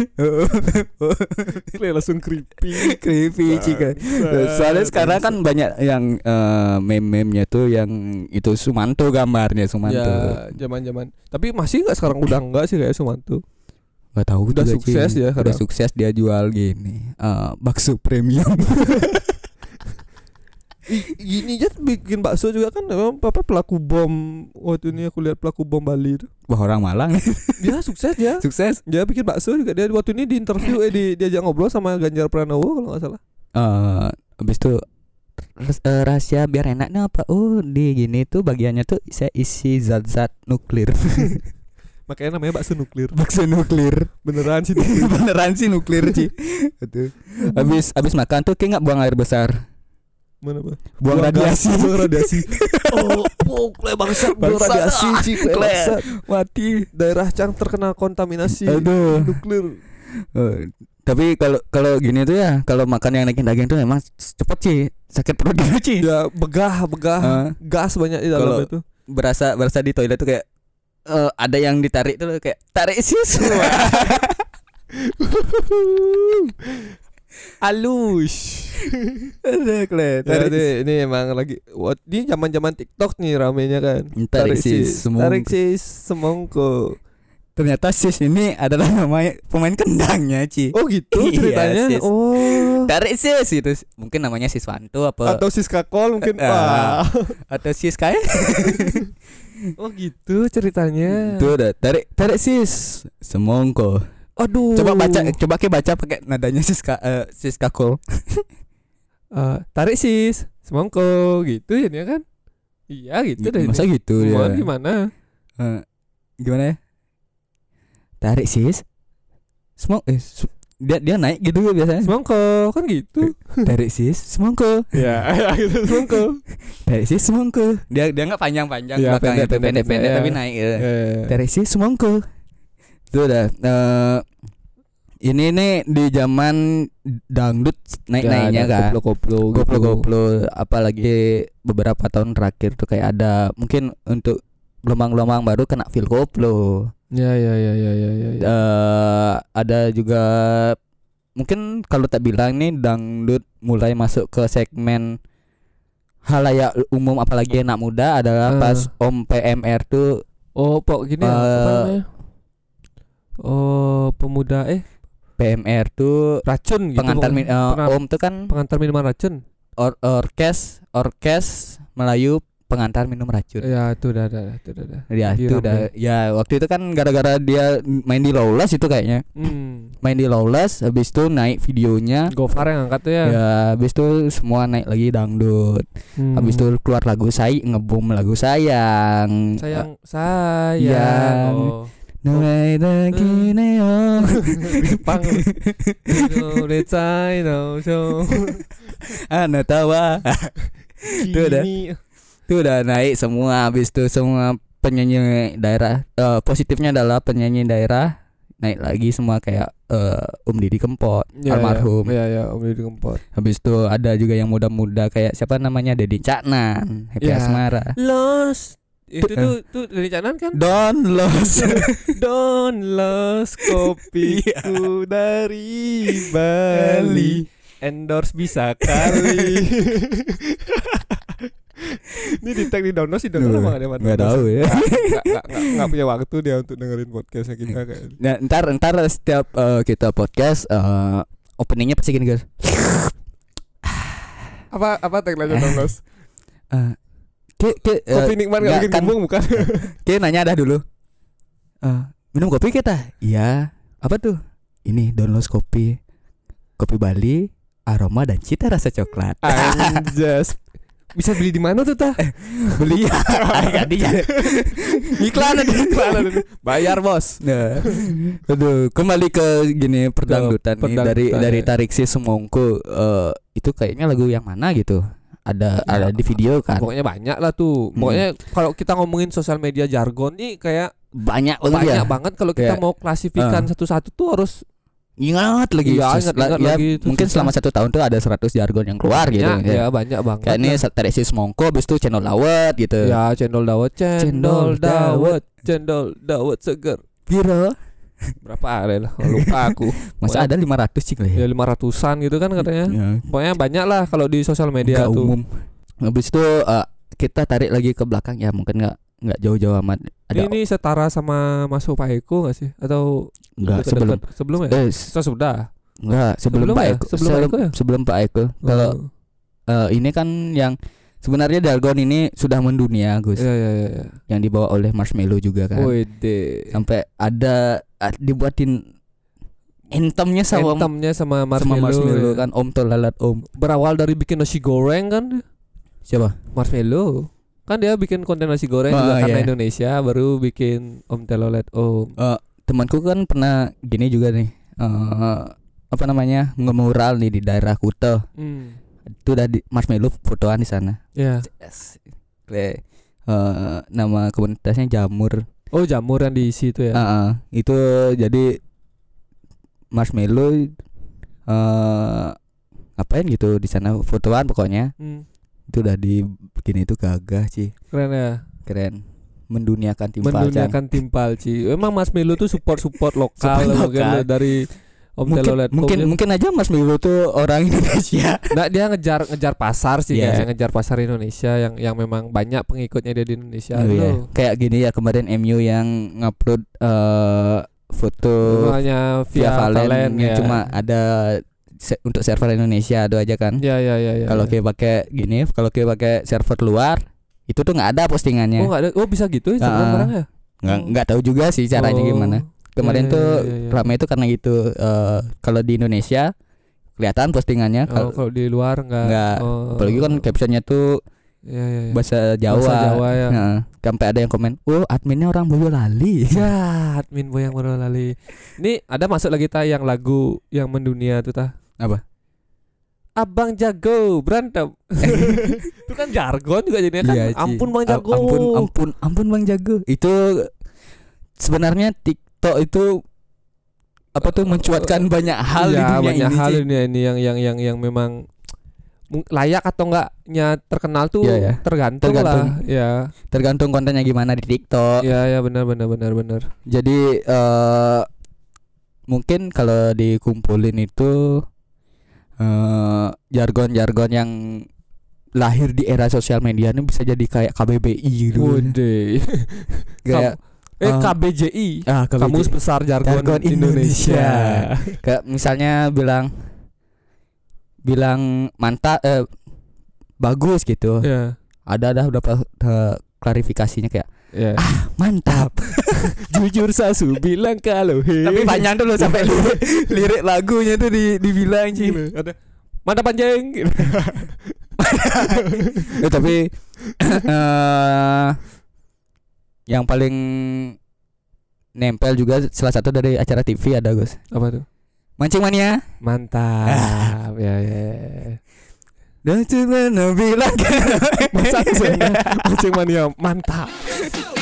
Kayak langsung creepy. Creepy cika. Soalnya sekarang kan banyak yang eh, meme-memenya tuh yang itu Sumanto gambarnya Sumanto. Ya, zaman-zaman. Tapi masih nggak sekarang udah enggak sih kayak Sumanto. Gak tahu Udah juga, sukses Cing. ya Udah sekarang. sukses dia jual gini eh, bakso premium. I- Gini aja bikin bakso juga kan memang apa pelaku bom waktu ini aku lihat pelaku bom Bali itu. Wah orang Malang nih. Dia sukses ya. Sukses. Dia bikin bakso juga, dia waktu ini di interview eh di diajak ngobrol sama Ganjar Pranowo kalau nggak salah. Eh habis itu uh, rahasia biar enaknya apa? Oh, di gini tuh bagiannya tuh saya isi zat-zat nuklir. Makanya namanya bakso nuklir. Bakso nuklir. Beneran sih nuklir. Beneran sih nuklir sih. Betul. Habis habis makan tuh kayak enggak buang air besar. Mana apa? Buang, buang radiasi. Gas, buang radiasi. Oh, oh, kle bangsat, buang radiasi sih, kle bangsat. Mati. Daerah Cang terkena kontaminasi Aduh. nuklir. Uh, tapi kalau kalau gini tuh ya, kalau makan yang naikin daging tuh memang cepet sih sakit perut gitu sih. Ya begah begah, uh, gas banyak di dalam itu. Berasa berasa di toilet tuh kayak uh, ada yang ditarik tuh kayak tarik sis. Alus. Ada kle. Ya, ini emang lagi what di zaman-zaman TikTok nih ramenya kan. Tarik sis, tarik sis semongko. Ternyata sis ini adalah nama pemain kendangnya, Ci. Oh gitu ceritanya. Iya, oh. Tarik sis itu mungkin namanya Siswanto apa atau Sis Kakol mungkin. uh, Wah. Atau sis kayak. Oh gitu ceritanya. Tuh udah tarik tarik sis semongko. Aduh. Coba baca coba ke baca pakai nadanya sis ka, uh, sis Kakol. uh, tarik sis semongko gitu ya kan? Iya gitu deh. Masa ini. gitu ya? Gimana? Uh, gimana ya? Tarik sis semong eh su- dia dia naik gitu biasanya semongko kan gitu. Tarik sis semongko ya gitu semongko. Tarik sis semongko dia dia nggak panjang panjang ya, belakangnya pendek, pendek, pendek ya. Tapi naik ya. Ya. Tarik sis semongko itu udah uh, ini nih di zaman dangdut naik naiknya ya, kan koplo koplo koplo koplo apalagi beberapa tahun terakhir tuh kayak ada mungkin untuk gelombang-gelombang baru kena feel koplo. Ya ya ya ya ya ya. Uh, ada juga mungkin kalau tak bilang nih dangdut mulai masuk ke segmen halayak umum apalagi anak muda adalah uh. pas Om P M R tuh. Oh pok gini uh, apa namanya? Oh pemuda eh P M R tuh racun gitu. Pengantar min, uh, Om tuh kan pengantar minuman racun. Or, orkes orkes Melayu pengantar minum racun. Ya itu udah udah itu udah. Ya itu udah. Ya waktu itu kan gara-gara dia main di Lawless itu kayaknya. Hmm. Main di Lawless habis itu naik videonya. Gofar yang angkat tuh ya. Ya habis itu semua naik lagi dangdut. Hmm. Habis itu keluar lagu saya ngebom lagu sayang. Sayang sayang. Oh. Nolai lagi neo. Jepang. Nolai cai no show. Ana tawa. Itu udah. Itu udah naik semua. Habis itu semua penyanyi daerah uh, positifnya adalah penyanyi daerah naik lagi semua kayak uh, Om Didi Kempot ya, almarhum. Iya ya, ya, Om Didi Kempot. Habis itu ada juga yang muda-muda kayak siapa namanya Dedi Caknan, Happy ya. Asmara. Lost. Itu tuh tuh Dedi Caknan kan? Don't lost. Don't lost kopiku dari Bali. Endorse bisa kali. Ini di tag di download sih download apa ada nggak tahu ya. Nggak punya waktu dia untuk dengerin podcastnya kita kayak. Nah, ntar ntar setiap uh, kita podcast uh, openingnya pasti gini guys. Apa apa tagline download? Uh, ke ke uh, kopi nikmat nggak bikin gembung bukan? Ke nanya dah dulu. Uh, minum kopi kita? Iya. Apa tuh? Ini download kopi. Kopi Bali, aroma dan cita rasa coklat. Anjas. Bisa beli di mana tuh tah? Beli ya. Gantinya. Iklan aja iklan. Bayar bos. Nah. Aduh, kembali ke gini perdangdutan nih dari dari Tarik Sis Semongko. Uh, itu kayaknya lagu yang mana gitu? Ada ya, ada di video kan. Pokoknya banyak lah tuh. Pokoknya hmm. kalau kita ngomongin sosial media jargon nih kayak banyak banyak ya? banget kalau kita kayak, mau klasifikan uh. satu-satu tuh harus ingat lagi, ya, ingat, ingat ya, lagi mungkin susah. Selama satu tahun tuh ada seratus jargon yang keluar banyak, gitu ya, ya banyak banget kayak ini Tarik Sis Semongko habis itu cendol dawet gitu ya cendol dawet cendol dawet cendol dawet seger Piro berapa ada lah lupa aku masa pokoknya, ada lima ratus sih ya lima ratusan gitu kan katanya ya. Pokoknya banyak lah kalau di sosial media enggak tuh umum. Habis itu uh, kita tarik lagi ke belakang ya mungkin nggak nggak jauh-jauh amat. Ada ini setara sama Masuk Pak Eko nggak sih atau enggak sebelum sebelum ya? Eh, so, sudah. Enggak sebelum, sebelum Pak Eko. Ya? Sebelum, sebelum, Eko ya? sebelum Pak Eko. Oh. Kalau uh, ini kan yang sebenarnya jargon ini sudah mendunia Gus. Iya iya iya. Yang dibawa oleh Marshmello juga kan. Wede. Sampai ada uh, dibuatin Anthemnya sama Anthemnya sama sama Marshmello, Marshmello ya. kan Om Tolalat Om. Berawal dari bikin nasi goreng kan. Siapa? Marshmello. Kan dia bikin konten nasi goreng Oh, juga karena iya. Indonesia, baru bikin Om Telolet Om. Uh, temanku kan pernah gini juga nih. Uh, apa namanya? Ngemural nih di daerah Kuta. Hmm. Itu udah di Marshmello fotoan di sana. Ya. Yes. Kayak, uh, nama komunitasnya Jamur. Oh, jamur yang diisi itu ya. Uh-uh. Itu jadi Marshmello uh, ngapain gitu di sana fotoan pokoknya. Hmm. Itu udah dibikin itu gagah sih. Keren ya. Keren. Menduniakan timpal. Menduniakan timpal Ci. Emang Marshmello tuh support-support lokal, Support mungkin lokal. dari Om Mungkin Telolet Om. mungkin, Dia- mungkin aja Marshmello tuh orang Indonesia. Nah, dia ngejar ngejar pasar sih Iya. guys, ngejar pasar Indonesia yang yang memang banyak pengikutnya dia di Indonesia. Oh, iya. Tuh. Kayak gini ya kemarin M U yang ngupload uh, foto Hanya via via Valen Valen yang ya. cuma ada se- untuk server Indonesia ada aja kan. Ya ya ya ya. Kalau ya. kayak pakai gini, kalau kayak pakai server luar itu tuh nggak ada postingannya. Oh, enggak ada. Oh, bisa gitu ya Ah. sekarang ya? Nggak Oh. nggak tahu juga sih caranya Oh. gimana. Kemarin Ya, ya, tuh ya, ya, ya. ramai itu karena gitu. Uh, kalau di Indonesia kelihatan postingannya. Oh, Kalau kalau di luar enggak. nggak, Oh. apalagi kan captionnya tuh ya, ya, ya. bahasa Jawa. Bahasa Jawa ya. Nah, sampai ada yang komen, "Oh, adminnya orang Boyolali." Ya, admin Boyang Boyolali. Ini ada masuk lagi ta yang lagu yang mendunia tuh ta. Apa? Abang jago berantem. Itu kan jargon juga jadinya kan. Iya, Ci. Ampun Bang A- Jago. Ampun, ampun, ampun Bang Jago. Itu sebenarnya TikTok itu apa tuh mencuatkan banyak hal di ya, dunia banyak ini. hal Ci. di dunia ini yang yang yang yang memang mung- layak atau enggaknya terkenal tuh Iya, ya. tergantung, Tergantung. lah. Ya. Tergantung kontennya gimana di TikTok. Ya ya benar benar benar benar. Jadi eh mungkin kalau dikumpulin itu eh jargon-jargon yang lahir di era sosial media ini bisa jadi kayak K B B I gitu. Wode. Kayak eh um, K B J I. ah, K B J I. Kamus Besar Jargon, Jargon Indonesia. Indonesia. Kayak misalnya bilang bilang mantap eh, bagus gitu. Ya. Ada ada beberapa eh, klarifikasinya kayak Ya. mantap. Jujur Sasu bilang kalau he. Tapi panjang tuh loh sampai lirik, lirik lagunya tuh di, dibilang sih. ada mantap panjang. Eh, tapi eh, yang paling nempel juga salah satu dari acara T V ada Gus. Apa tuh? Mancing Mania. Mantap. Ya ya. Dan cuma bilang Masa Mancing Mania mantap.